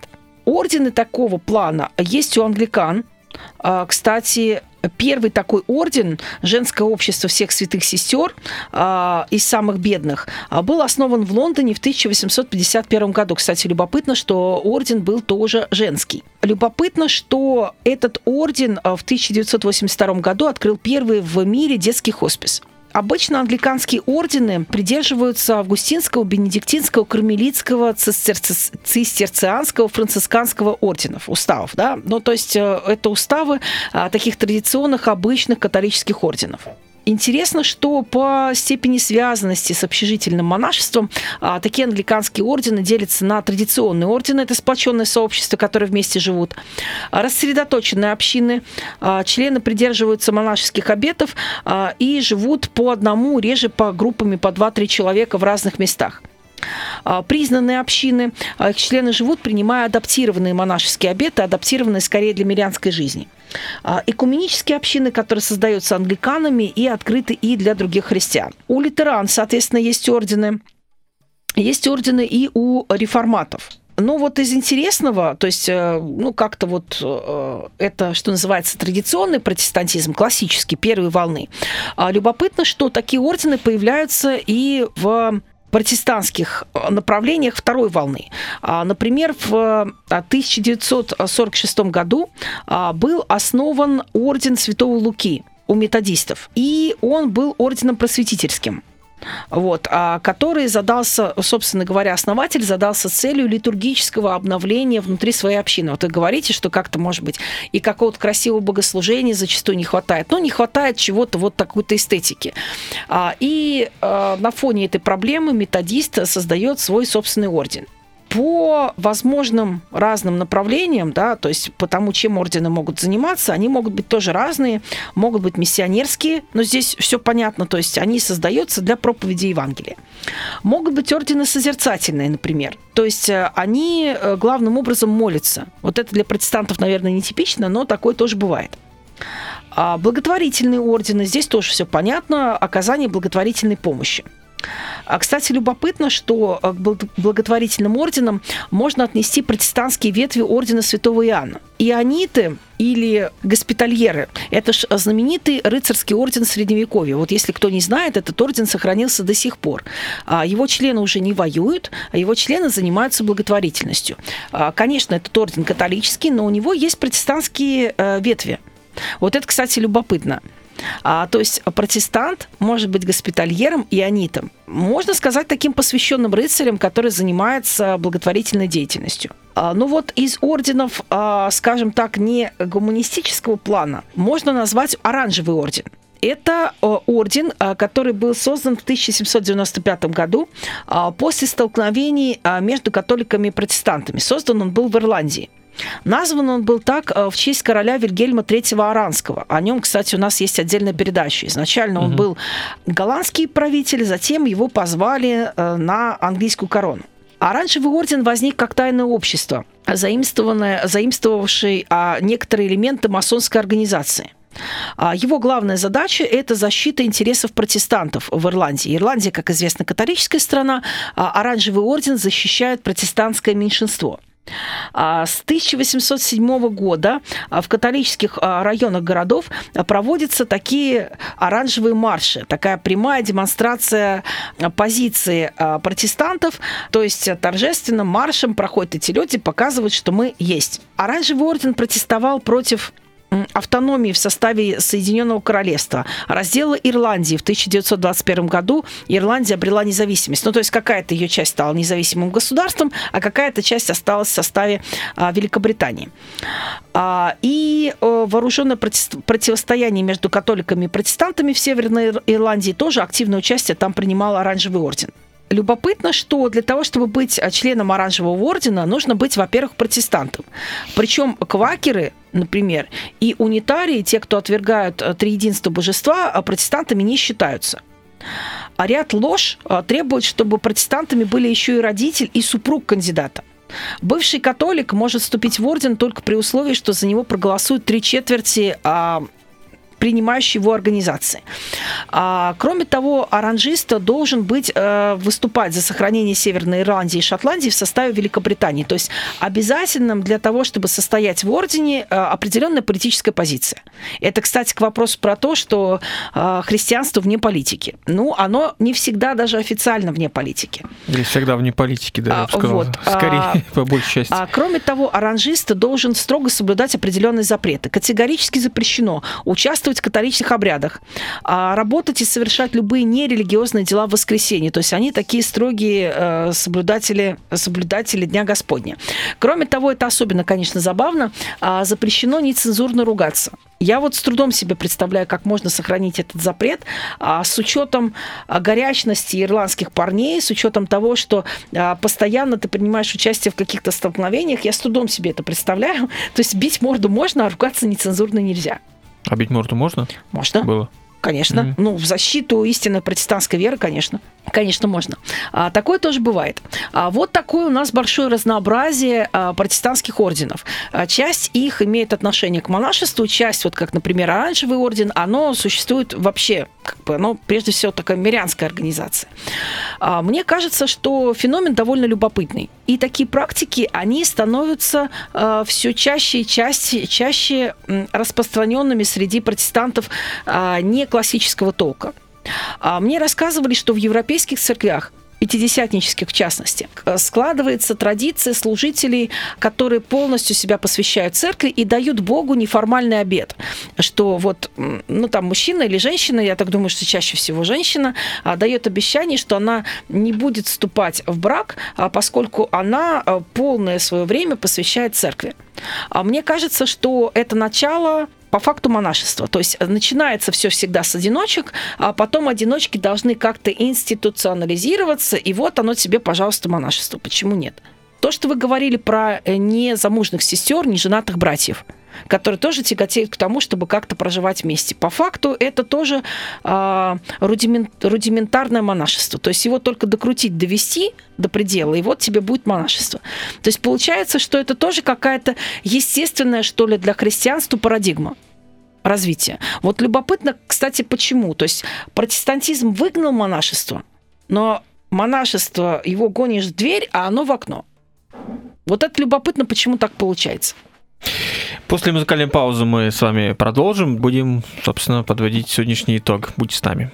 ордены такого плана есть у англикан. Кстати, первый такой орден, женское общество всех святых сестер из самых бедных, был основан в Лондоне в тысяча восемьсот пятьдесят первом году. Кстати, любопытно, что орден был тоже женский. Любопытно, что этот орден в тысяча девятьсот восемьдесят втором году открыл первый в мире детский хоспис. Обычно англиканские ордены придерживаются августинского, бенедиктинского, кармелитского, цистерци... цистерцианского, францисканского орденов, уставов. Да? Ну, то есть это уставы таких традиционных, обычных католических орденов. Интересно, что по степени связанности с общежительным монашеством а, такие англиканские ордены делятся на традиционные ордены, это сплоченное сообщество, которые вместе живут, а, рассредоточенные общины, а, члены придерживаются монашеских обетов а, и живут по одному, реже по группами по два-три человека в разных местах. Признанные общины, их члены живут, принимая адаптированные монашеские обеты, адаптированные скорее для мирянской жизни. Экуменические общины, которые создаются англиканами и открыты и для других христиан. У лютеран, соответственно, есть ордены. Есть ордены и у реформатов. Но вот из интересного, то есть, ну, как-то вот это, что называется, традиционный протестантизм, классический, первой волны. Любопытно, что такие ордены появляются и в протестантских направлениях второй волны. Например, в тысяча девятьсот сорок шестом году был основан орден Святого Луки у методистов, и он был орденом просветительским. Вот, который задался, собственно говоря, основатель задался целью литургического обновления внутри своей общины. Вот вы говорите, что как-то, может быть, и какого-то красивого богослужения зачастую не хватает. Ну, не хватает чего-то вот такой-то эстетики. И на фоне этой проблемы методист создает свой собственный орден. По возможным разным направлениям, да, то есть по тому, чем ордены могут заниматься, они могут быть тоже разные, могут быть миссионерские, но здесь все понятно, то есть они создаются для проповеди Евангелия. Могут быть ордены созерцательные, например, то есть они главным образом молятся. Вот это для протестантов, наверное, нетипично, но такое тоже бывает. А благотворительные ордены, здесь тоже все понятно, оказание благотворительной помощи. Кстати, любопытно, что к благотворительным орденам можно отнести протестантские ветви ордена Святого Иоанна. Иониты или госпитальеры – это ж знаменитый рыцарский орден Средневековья. Вот если кто не знает, этот орден сохранился до сих пор. Его члены уже не воюют, а его члены занимаются благотворительностью. Конечно, этот орден католический, но у него есть протестантские ветви. Вот это, кстати, любопытно. А, то есть протестант может быть госпитальером, ионитом. Можно сказать, таким посвященным рыцарем, который занимается благотворительной деятельностью. А, ну вот из орденов, а, скажем так, не гуманистического плана, можно назвать оранжевый орден. Это орден, который был создан в тысяча семьсот девяносто пятом году после столкновений между католиками и протестантами. Создан он был в Ирландии. Назван он был так в честь короля Вильгельма третьего Оранского. О нем, кстати, у нас есть отдельная передача. Изначально он угу. был голландский правитель, затем его позвали на английскую корону. Оранжевый орден возник как тайное общество, заимствованное, заимствовавшее некоторые элементы масонской организации. Его главная задача – это защита интересов протестантов в Ирландии. Ирландия, как известно, католическая страна, а оранжевый орден защищает протестантское меньшинство. С тысяча восемьсот седьмого года в католических районах городов проводятся такие оранжевые марши, такая прямая демонстрация позиции протестантов, то есть торжественно маршем проходят эти люди, показывают, что мы есть. Оранжевый орден протестовал против автономии в составе Соединенного Королевства, раздела Ирландии в тысяча девятьсот двадцать первом году. Ирландия обрела независимость. Ну, то есть какая-то ее часть стала независимым государством, а какая-то часть осталась в составе а, Великобритании. А, и а, вооруженное противостояние между католиками и протестантами в Северной Ирландии тоже активное участие там принимал Оранжевый орден. Любопытно, что для того, чтобы быть членом Оранжевого ордена, нужно быть, во-первых, протестантом. Причем квакеры, например, и унитарии, те, кто отвергают триединство божества, протестантами не считаются. А ряд лож требует, чтобы протестантами были еще и родитель и супруг кандидата. Бывший католик может вступить в орден только при условии, что за него проголосуют три четверти принимающей его организации. А, кроме того, оранжист должен быть, э, выступать за сохранение Северной Ирландии и Шотландии в составе Великобритании. То есть обязательным для того, чтобы состоять в ордене, э, определенная политическая позиция. Это, кстати, к вопросу про то, что э, христианство вне политики. Ну, оно не всегда даже официально вне политики. Или всегда вне политики, да, я бы сказал. Вот. Скорее, а, по большей части. А, кроме того, оранжист должен строго соблюдать определенные запреты. Категорически запрещено участвовать в католических обрядах, а, работать и совершать любые нерелигиозные дела в воскресенье. То есть они такие строгие э, соблюдатели, соблюдатели Дня Господня. Кроме того, это особенно, конечно, забавно, а, запрещено нецензурно ругаться. Я вот с трудом себе представляю, как можно сохранить этот запрет а, с учетом а, горячности ирландских парней, с учетом того, что а, постоянно ты принимаешь участие в каких-то столкновениях. Я с трудом себе это представляю. То есть бить морду можно, а ругаться нецензурно нельзя. А бить морду можно? Можно. Было. Конечно. Mm-hmm. Ну, в защиту истинной протестантской веры, конечно. Конечно, можно. А, такое тоже бывает. А, вот такое у нас большое разнообразие а, протестантских орденов. А, часть их имеет отношение к монашеству, часть, вот как, например, Оранжевый орден, оно существует вообще, как бы, оно прежде всего такая мирянская организация. А, мне кажется, что феномен довольно любопытный. И такие практики, они становятся а, все чаще и чаще, чаще распространенными среди протестантов а, не классического толка. Мне рассказывали, что в европейских церквях, пятидесятнических в частности, складывается традиция служителей, которые полностью себя посвящают церкви и дают Богу неформальный обет, что вот, ну там мужчина или женщина, я так думаю, что чаще всего женщина, дает обещание, что она не будет вступать в брак, поскольку она полное свое время посвящает церкви. Мне кажется, что это начало по факту монашества. То есть начинается все всегда с одиночек, а потом одиночки должны как-то институционализироваться, и вот оно тебе, пожалуйста, монашество. Почему нет? То, что вы говорили про незамужных сестер, неженатых братьев, которые тоже тяготеют к тому, чтобы как-то проживать вместе. По факту это тоже э, рудимент, рудиментарное монашество. То есть его только докрутить, довести до предела, и вот тебе будет монашество. То есть получается, что это тоже какая-то естественная, что ли, для христианства парадигма развития. Вот любопытно, кстати, почему. То есть протестантизм выгнал монашество, но монашество, его гонишь в дверь, а оно в окно. Вот это любопытно, почему так получается. После музыкальной паузы мы с вами продолжим. Будем, собственно, подводить сегодняшний итог. Будьте с нами.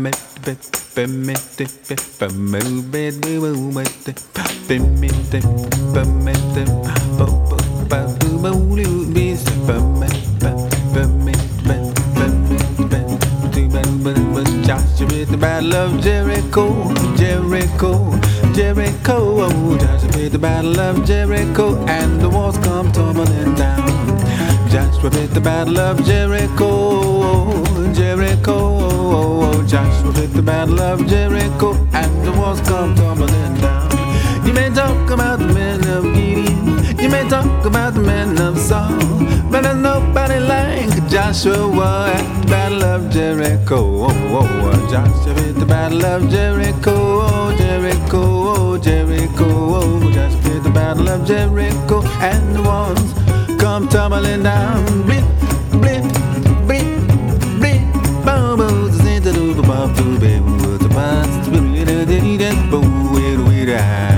Joshua at the battle of Jericho, Jericho, Jericho. Joshua at the battle of Jericho, and the walls come tumbling down. Joshua at the battle of Jericho, Jericho. Joshua at the battle of Jericho, and the walls come tumbling down. You may talk about the men of Gideon, you may talk about the men of Saul, but there's nobody like Joshua at the battle of Jericho. Oh, oh, oh. Joshua at the battle of Jericho, Jericho, Jericho. Joshua at the battle of Jericho, and the walls come tumbling down. Blip, blip, blip, blip. Boom, boom, the center of the bomb to be with the past. Boom, boom, boom, boom.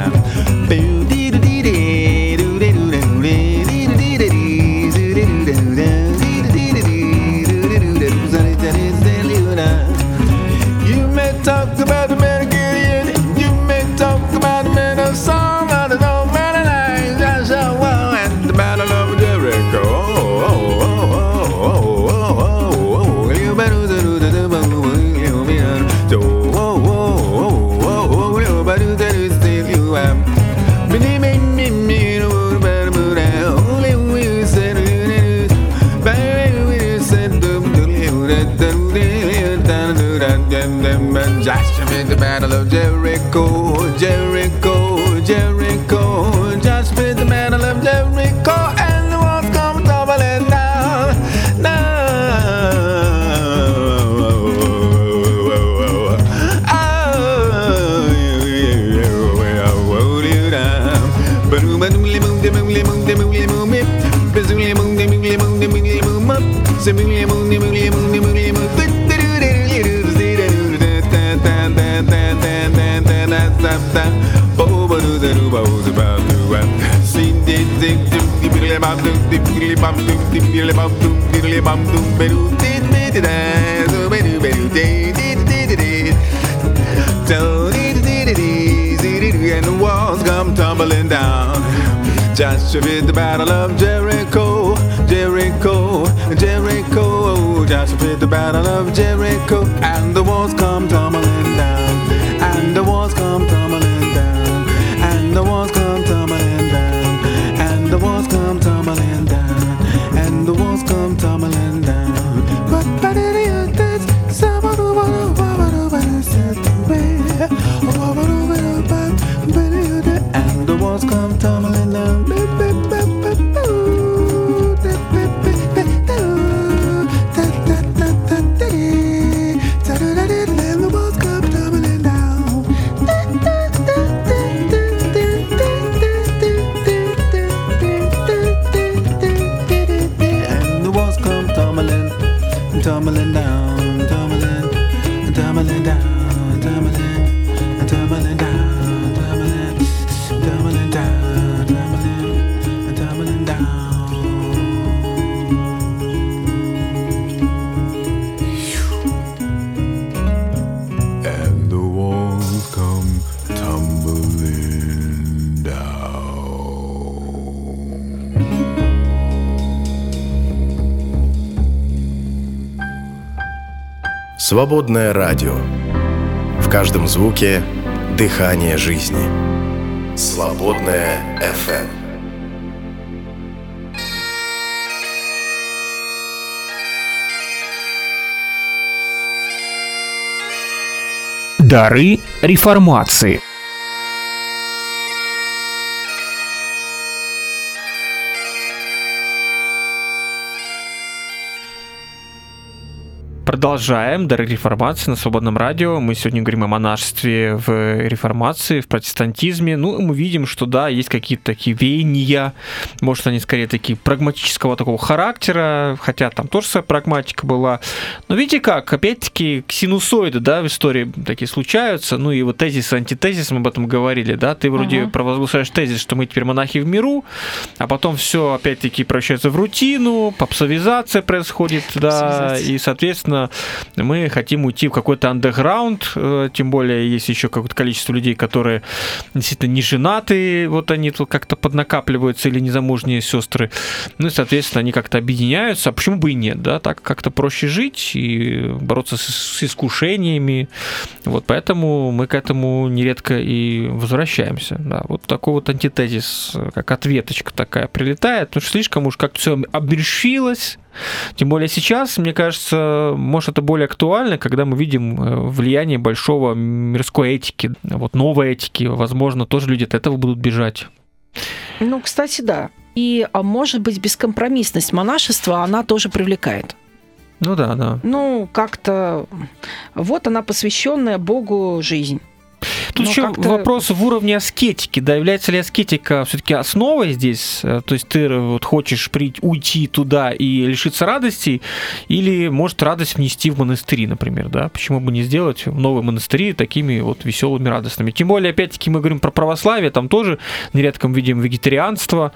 Talk about the man of Gideon, you may talk about the man of Saul, but there's no man like Joshua at the battle of Jericho. Oh, oh, oh, oh, oh, oh, oh, you better do the you be on. So, oh, oh, oh, oh, you better do the you am. Me, me, me, me, no better move down. Only we said, baby, we said, do you that, do you that, do that, them, them. Joshua at the battle of Jericho, Jericho, Jericho. Joshua at the battle of Jericho, and the walls come tumbling down, down. Oh, hold you down. Boom, boom, boom, boom, boom, boom, boom, boom, boom, boom, boom, boom, boom, boom, boom, boom. And the walls come tumbling down. Joshua did the battle of Jericho, Jericho, Jericho. Joshua did the battle of Jericho, and the walls come tumbling down, and the walls come tumbling down, and the walls come tumbling down, and the walls come tumbling down, and the walls come tumbling down. And the walls come tumbling down. Tumbling down, tumbling, tumbling down, tumbling, tumbling down, tumbling, tumbling down, tumbling, tumbling down. And the walls come tumbling down. Свободное радио. В каждом звуке дыхание жизни. Свободное эф эм. Дары реформации. Продолжаем «Дары реформации» на Свободном радио. Мы сегодня говорим о монашестве в реформации, в протестантизме. Ну, мы видим, что да, есть какие-то такие веяния, может, они скорее такие прагматического такого характера, хотя там тоже своя прагматика была. Но видите как, опять-таки, синусоиды, да, в истории такие случаются. Ну, и вот тезис и антитезис, мы об этом говорили, да, ты вроде uh-huh. провозглашаешь тезис, что мы теперь монахи в миру, а потом все опять-таки превращается в рутину, попсовизация происходит, да, и, соответственно, мы хотим уйти в какой-то андеграунд, тем более есть еще какое-то количество людей, которые действительно не женаты, вот они тут как-то поднакапливаются, или незамужние сестры, ну и, соответственно, они как-то объединяются, а почему бы и нет, да, так как-то проще жить и бороться с, с искушениями, вот поэтому мы к этому нередко и возвращаемся, да, вот такой вот антитезис, как ответочка такая прилетает, потому что слишком уж как-то все обмерщилось. Тем более сейчас, мне кажется, может, это более актуально, когда мы видим влияние большого мирской этики, вот новой этики, возможно, тоже люди от этого будут бежать. Ну, кстати, да. И, а может быть, бескомпромиссность монашества, она тоже привлекает. Ну да, да. Ну, как-то вот она, посвященная Богу жизнь. Тут еще как-то... вопрос в уровне аскетики, да, является ли аскетика все-таки основой здесь, то есть ты вот хочешь при... уйти туда и лишиться радости, или может радость внести в монастыри, например, да, почему бы не сделать новые монастыри такими вот веселыми, радостными, тем более, опять-таки, мы говорим про православие, там тоже нередко видим вегетарианство,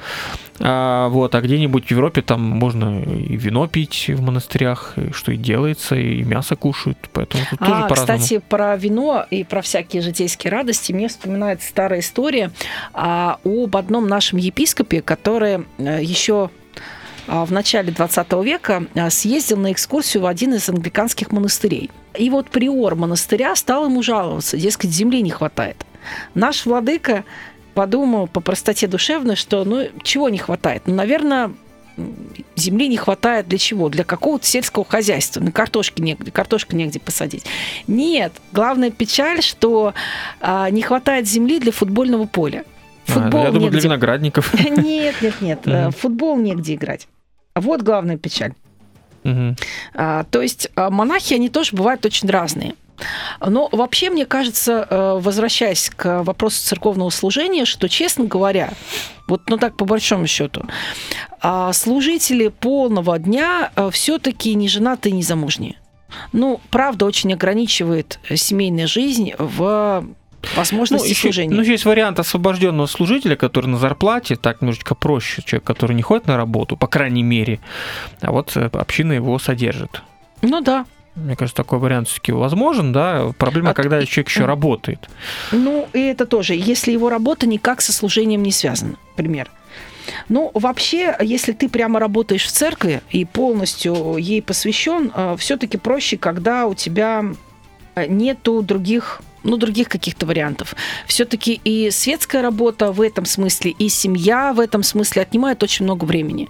а, вот, а где-нибудь в Европе там можно и вино пить в монастырях, что и делается, и мясо кушают, поэтому тут а, тоже по-разному. Кстати, про вино и про всякие житейские радости мне вспоминается старая история а, об одном нашем епископе, который а, еще а, в начале двадцатого века а, съездил на экскурсию в один из англиканских монастырей. И вот приор монастыря стал ему жаловаться, дескать, земли не хватает. Наш владыка подумал по простоте душевной, что ну чего не хватает? Ну, наверное, земли не хватает для чего? Для какого-то сельского хозяйства. На картошке негде, картошку негде посадить. Нет, главная печаль, что а, не хватает земли для футбольного поля. Футбол а, я думаю, негде... для виноградников. Нет, нет, нет. Mm-hmm. Футбол негде играть. Вот главная печаль. Mm-hmm. А, то есть монахи, они тоже бывают очень разные. Но вообще, мне кажется, возвращаясь к вопросу церковного служения, что, честно говоря, вот, ну так по большому счету, служители полного дня все-таки не женатые, не замужние. Ну, правда, очень ограничивает семейная жизнь в возможности ну, служения. Еще, ну, есть вариант освобожденного служителя, который на зарплате, так немножечко проще, человек, который не ходит на работу, по крайней мере, а вот община его содержит. Ну да. Мне кажется, такой вариант все-таки возможен, да. Проблема, а когда человек еще работает. Ну, и это тоже, если его работа никак со служением не связана, например. Ну, вообще, если ты прямо работаешь в церкви и полностью ей посвящен, все-таки проще, когда у тебя нету других, ну, других каких-то вариантов. Все-таки и светская работа в этом смысле, и семья в этом смысле отнимает очень много времени.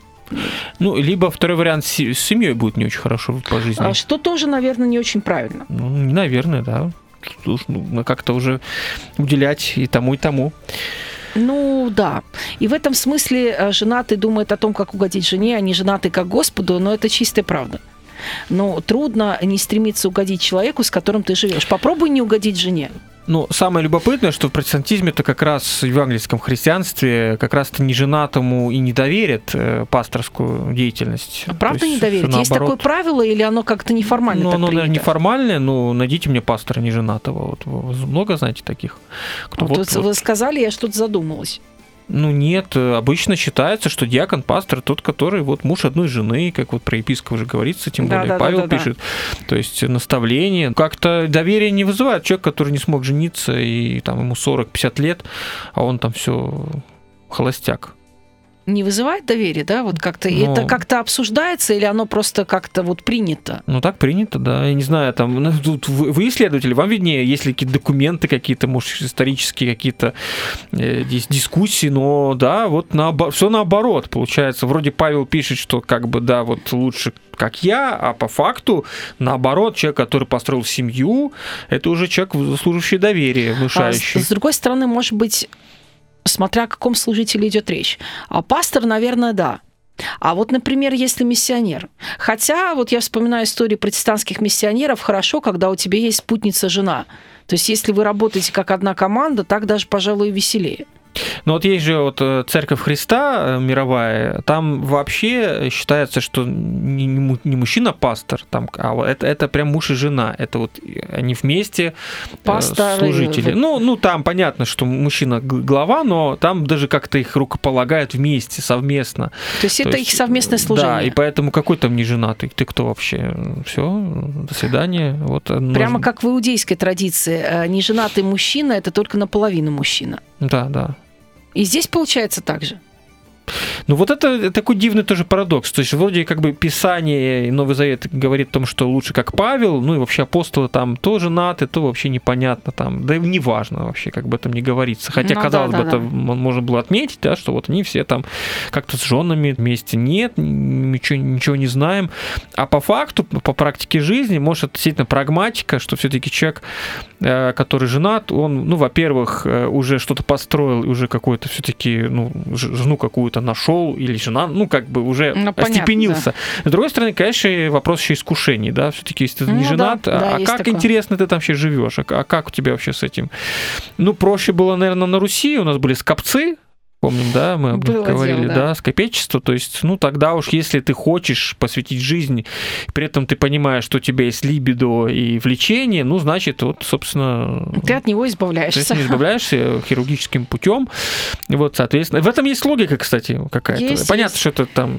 Ну, либо второй вариант, с семьей будет не очень хорошо по жизни. Что тоже, наверное, не очень правильно. Ну, наверное, да. Нужно как-то уже уделять и тому, и тому. Ну, да. И в этом смысле женатый думает о том, как угодить жене, а не женатый как Господу, но это чистая правда. Но трудно не стремиться угодить человеку, с которым ты живешь. Попробуй не угодить жене. Ну, самое любопытное, что в протестантизме-то как раз в евангельском христианстве как раз-то неженатому и не доверят э, пасторскую деятельность. А правда есть, не доверят? Есть такое правило или оно как-то неформально ну, так оно, принято? неформальное, но найдите мне пастора неженатого. Вот, вы много знаете таких? Кто, вот, вот, вы вот. сказали, я что-то задумалась. Ну нет, обычно считается, что диакон, пастор, тот, который вот муж одной жены, как вот про епископа уже говорится, тем да, более да, Павел да, да, пишет. Да. То есть наставление. Как-то доверие не вызывает человек, который не смог жениться, и там ему сорок-пятьдесят лет, а он там все холостяк. Не вызывает доверия, да? Вот как-то Но... это как-то обсуждается или оно просто как-то вот принято? Ну так принято, да. Я не знаю, там тут вы исследователи, вам виднее, есть ли какие-то документы какие-то, может, исторические какие-то э, дискуссии, но да, вот наобор- все наоборот получается. Вроде Павел пишет, что как бы да, вот лучше как я, а по факту наоборот, человек, который построил семью, это уже человек, заслуживающий доверия, внушающий. А с, с другой стороны, может быть, смотря о каком служителе идет речь. А пастор, наверное, да. А вот, например, если миссионер. Хотя, вот я вспоминаю историю протестантских миссионеров, хорошо, когда у тебя есть спутница-жена. То есть, если вы работаете как одна команда, так даже, пожалуй, веселее. Ну вот есть же вот Церковь Христа мировая, там вообще считается, что не, не мужчина пастор, там, а это, это прям муж и жена, это вот они вместе Пастор, служители. и... Ну, ну там понятно, что мужчина глава, но там даже как-то их рукополагают вместе, совместно. То есть То это есть, их совместное служение. Да, и поэтому какой там не женатый, ты кто вообще? Все, до свидания. Вот, Прямо нужно... как в иудейской традиции, неженатый мужчина – это только наполовину мужчина. Да, да. И здесь получается так же. Ну вот это такой дивный тоже парадокс. То есть вроде как бы Писание и Новый Завет говорит о том, что лучше как Павел, ну и вообще апостолы там то женаты, то вообще непонятно там, да и неважно вообще, как бы этом не говорится. Хотя, ну, казалось да, бы, да, это да. можно было отметить, да, что вот они все там как-то с женами вместе. Нет, ничего, ничего не знаем. А по факту, по практике жизни, может, это действительно прагматика, что все-таки человек, который женат, он, ну, во-первых, уже что-то построил, уже какой-то все-таки, ну, жену какую-то нашел, или жена, ну, как бы уже ну, остепенился. Да. С другой стороны, конечно, вопрос еще искушений, да, все-таки, если ты ну, не женат, да, а, да, а как такое. Интересно ты там вообще живешь, а, а как у тебя вообще с этим? Ну, проще было, наверное, на Руси, у нас были скопцы, помним, да, мы было говорили, дело, да. да, скопечество, то есть, ну, тогда уж, если ты хочешь посвятить жизнь, при этом ты понимаешь, что у тебя есть либидо и влечение, ну, значит, вот, собственно... Ты от него избавляешься. Ты от него избавляешься хирургическим путем, вот, соответственно, в этом есть логика, кстати, какая-то. Есть, Понятно, есть. что это там...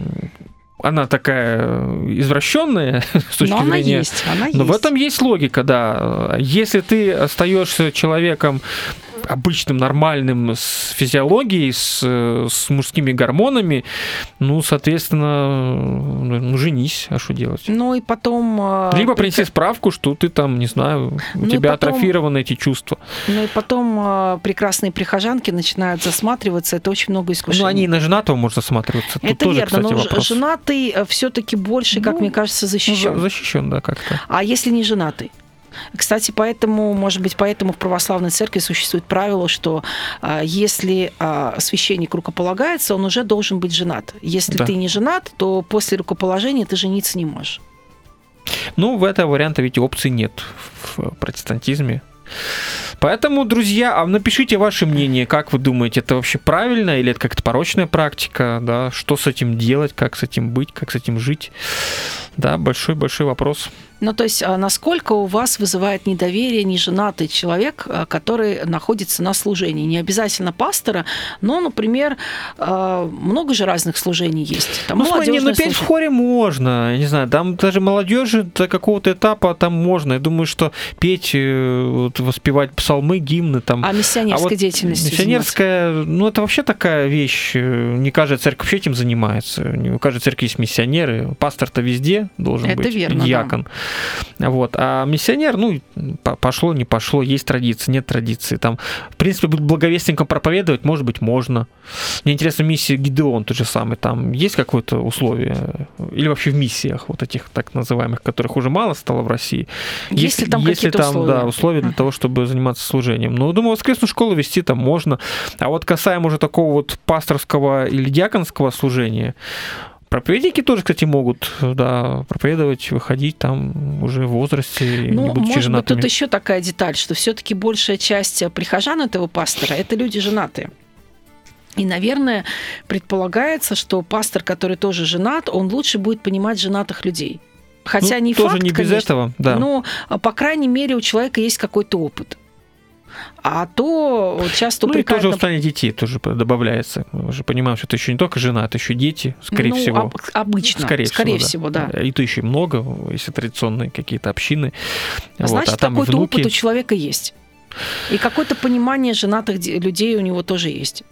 Она такая извращенная с точки но зрения. Она есть, она но есть. в этом есть логика, да. Если ты остаешься человеком обычным, нормальным, с физиологией, с, с мужскими гормонами, ну, соответственно, ну, женись, а что делать? Ну, и потом... Либо принеси справку, что ты там, не знаю, у ну, тебя потом... атрофированы эти чувства. Ну, и потом прекрасные прихожанки начинают засматриваться, это очень много искушений. Ну, они и на женатого могут засматриваться. Тут это тоже, верно, кстати, но вопрос. женатый все-таки больше, как ну, мне кажется, защищен. Ну, защищен, да, как-то. А если не женатый? Кстати, поэтому, может быть, поэтому в православной церкви существует правило, что а, если а, священник рукополагается, он уже должен быть женат. Если да. ты не женат, то после рукоположения ты жениться не можешь. Ну, в этого варианта ведь опции нет в протестантизме. Поэтому, друзья, а напишите ваше мнение, как вы думаете, это вообще правильно или это как-то порочная практика, да, что с этим делать, как с этим быть, как с этим жить, да, большой-большой вопрос. Ну, то есть, а насколько у вас вызывает недоверие неженатый человек, который находится на служении? Не обязательно пастора, но, например, много же разных служений есть. Там ну, смотри, ну, петь в хоре можно, я не знаю, там даже молодежи до какого-то этапа там можно. Я думаю, что петь, вот, воспевать псалмы, гимны там. А миссионерская а вот деятельность? Миссионерская, заниматься? Ну, это вообще такая вещь. Не каждая церковь вообще этим занимается. Не у каждой церкви есть миссионеры. Пастор-то везде должен это быть. Верно, диакон. Да. Вот. А миссионер, ну, пошло, не пошло, есть традиции, нет традиции. Там, в принципе, благовестникам проповедовать, может быть, можно. Мне интересно, миссия Гидеон тот же самый, там есть какое-то условие? Или вообще в миссиях вот этих так называемых, которых уже мало стало в России? Есть ли там если какие-то там, условия? Да, условия для uh-huh. того, чтобы заниматься служением. Ну, думаю, воскресную школу вести там можно. А вот касаемо уже такого вот пасторского или диаконского служения, проповедники тоже, кстати, могут, да, проповедовать, выходить там уже в возрасте, ну, не будучи может женатыми. Быть, тут еще такая деталь, что все-таки большая часть прихожан этого пастора – это люди женатые. И, наверное, предполагается, что пастор, который тоже женат, он лучше будет понимать женатых людей. Хотя ну, не тоже факт, не без конечно, этого, да. Но, по крайней мере, у человека есть какой-то опыт. А то часто упрекают... Ну и тоже на... воспитание детей тоже добавляется. Мы же понимаем, что это еще не только жена, это еще дети, скорее ну, всего. Об... Обычно, скорее, скорее всего, да. да. И то еще много, если традиционные какие-то общины. Значит, вот, а там какой-то внуки... опыт у человека есть. И какое-то понимание женатых людей у него тоже есть.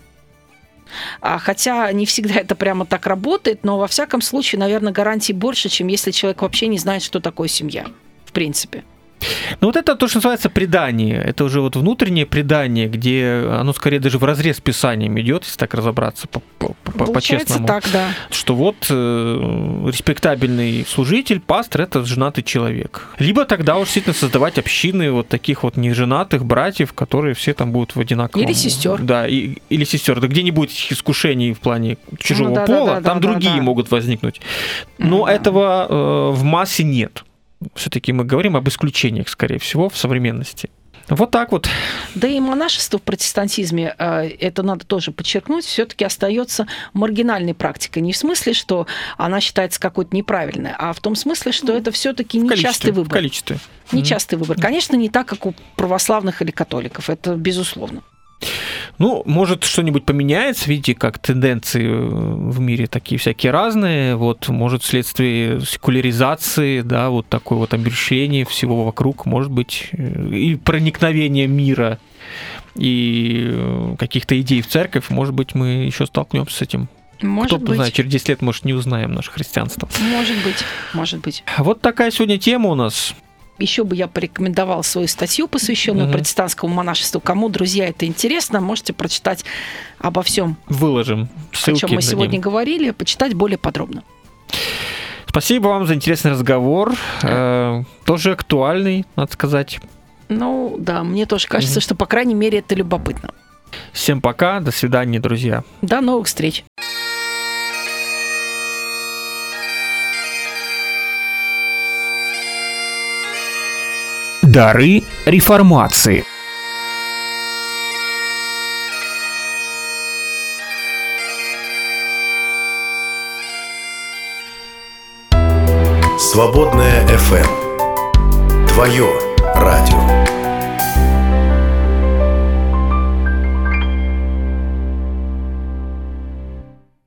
А хотя не всегда это прямо так работает, но во всяком случае, наверное, гарантий больше, чем если человек вообще не знает, что такое семья, в принципе. Ну вот это то, что называется предание. Это уже вот внутреннее предание, где оно скорее даже вразрез с Писанием идет, если так разобраться по- по- по- по-честному. так, да. Что вот э, респектабельный служитель, пастор – это женатый человек. Либо тогда уж действительно создавать общины вот таких вот неженатых братьев, которые все там будут в одинаковом... Или сестер. Да, и, или сестер. Да где не будет искушений в плане чужого ну, да, пола, да, да, там да, другие да, да. могут возникнуть. Но да. этого э, в массе нет. Все-таки мы говорим об исключениях, скорее всего, в современности. Вот так вот. Да и монашество в протестантизме, это надо тоже подчеркнуть, все-таки остается маргинальной практикой. Не в смысле, что она считается какой-то неправильной, а в том смысле, что это все-таки нечастый выбор. В количестве. Нечастый выбор. Конечно, не так, как у православных или католиков, это безусловно. Ну, может, что-нибудь поменяется, видите, как тенденции в мире такие всякие разные, вот, может, вследствие секуляризации, да, вот такое вот обращение всего вокруг, может быть, и проникновение мира, и каких-то идей в церковь, может быть, мы еще столкнемся с этим. Может Кто быть. знает, через десять лет, может, не узнаем наше христианство. Может быть, может быть. Вот такая сегодня тема у нас. Еще бы я порекомендовала свою статью, посвященную угу. протестантскому монашеству. Кому, друзья, это интересно, можете прочитать обо всем. Выложим ссылки. О чем мы сегодня говорили, почитать более подробно. Спасибо вам за интересный разговор. Э, тоже актуальный, надо сказать. Ну, да, мне тоже кажется, угу. что, по крайней мере, это любопытно. Всем пока, до свидания, друзья. До новых встреч. Дары реформации. Свободная эф эм. Твое радио.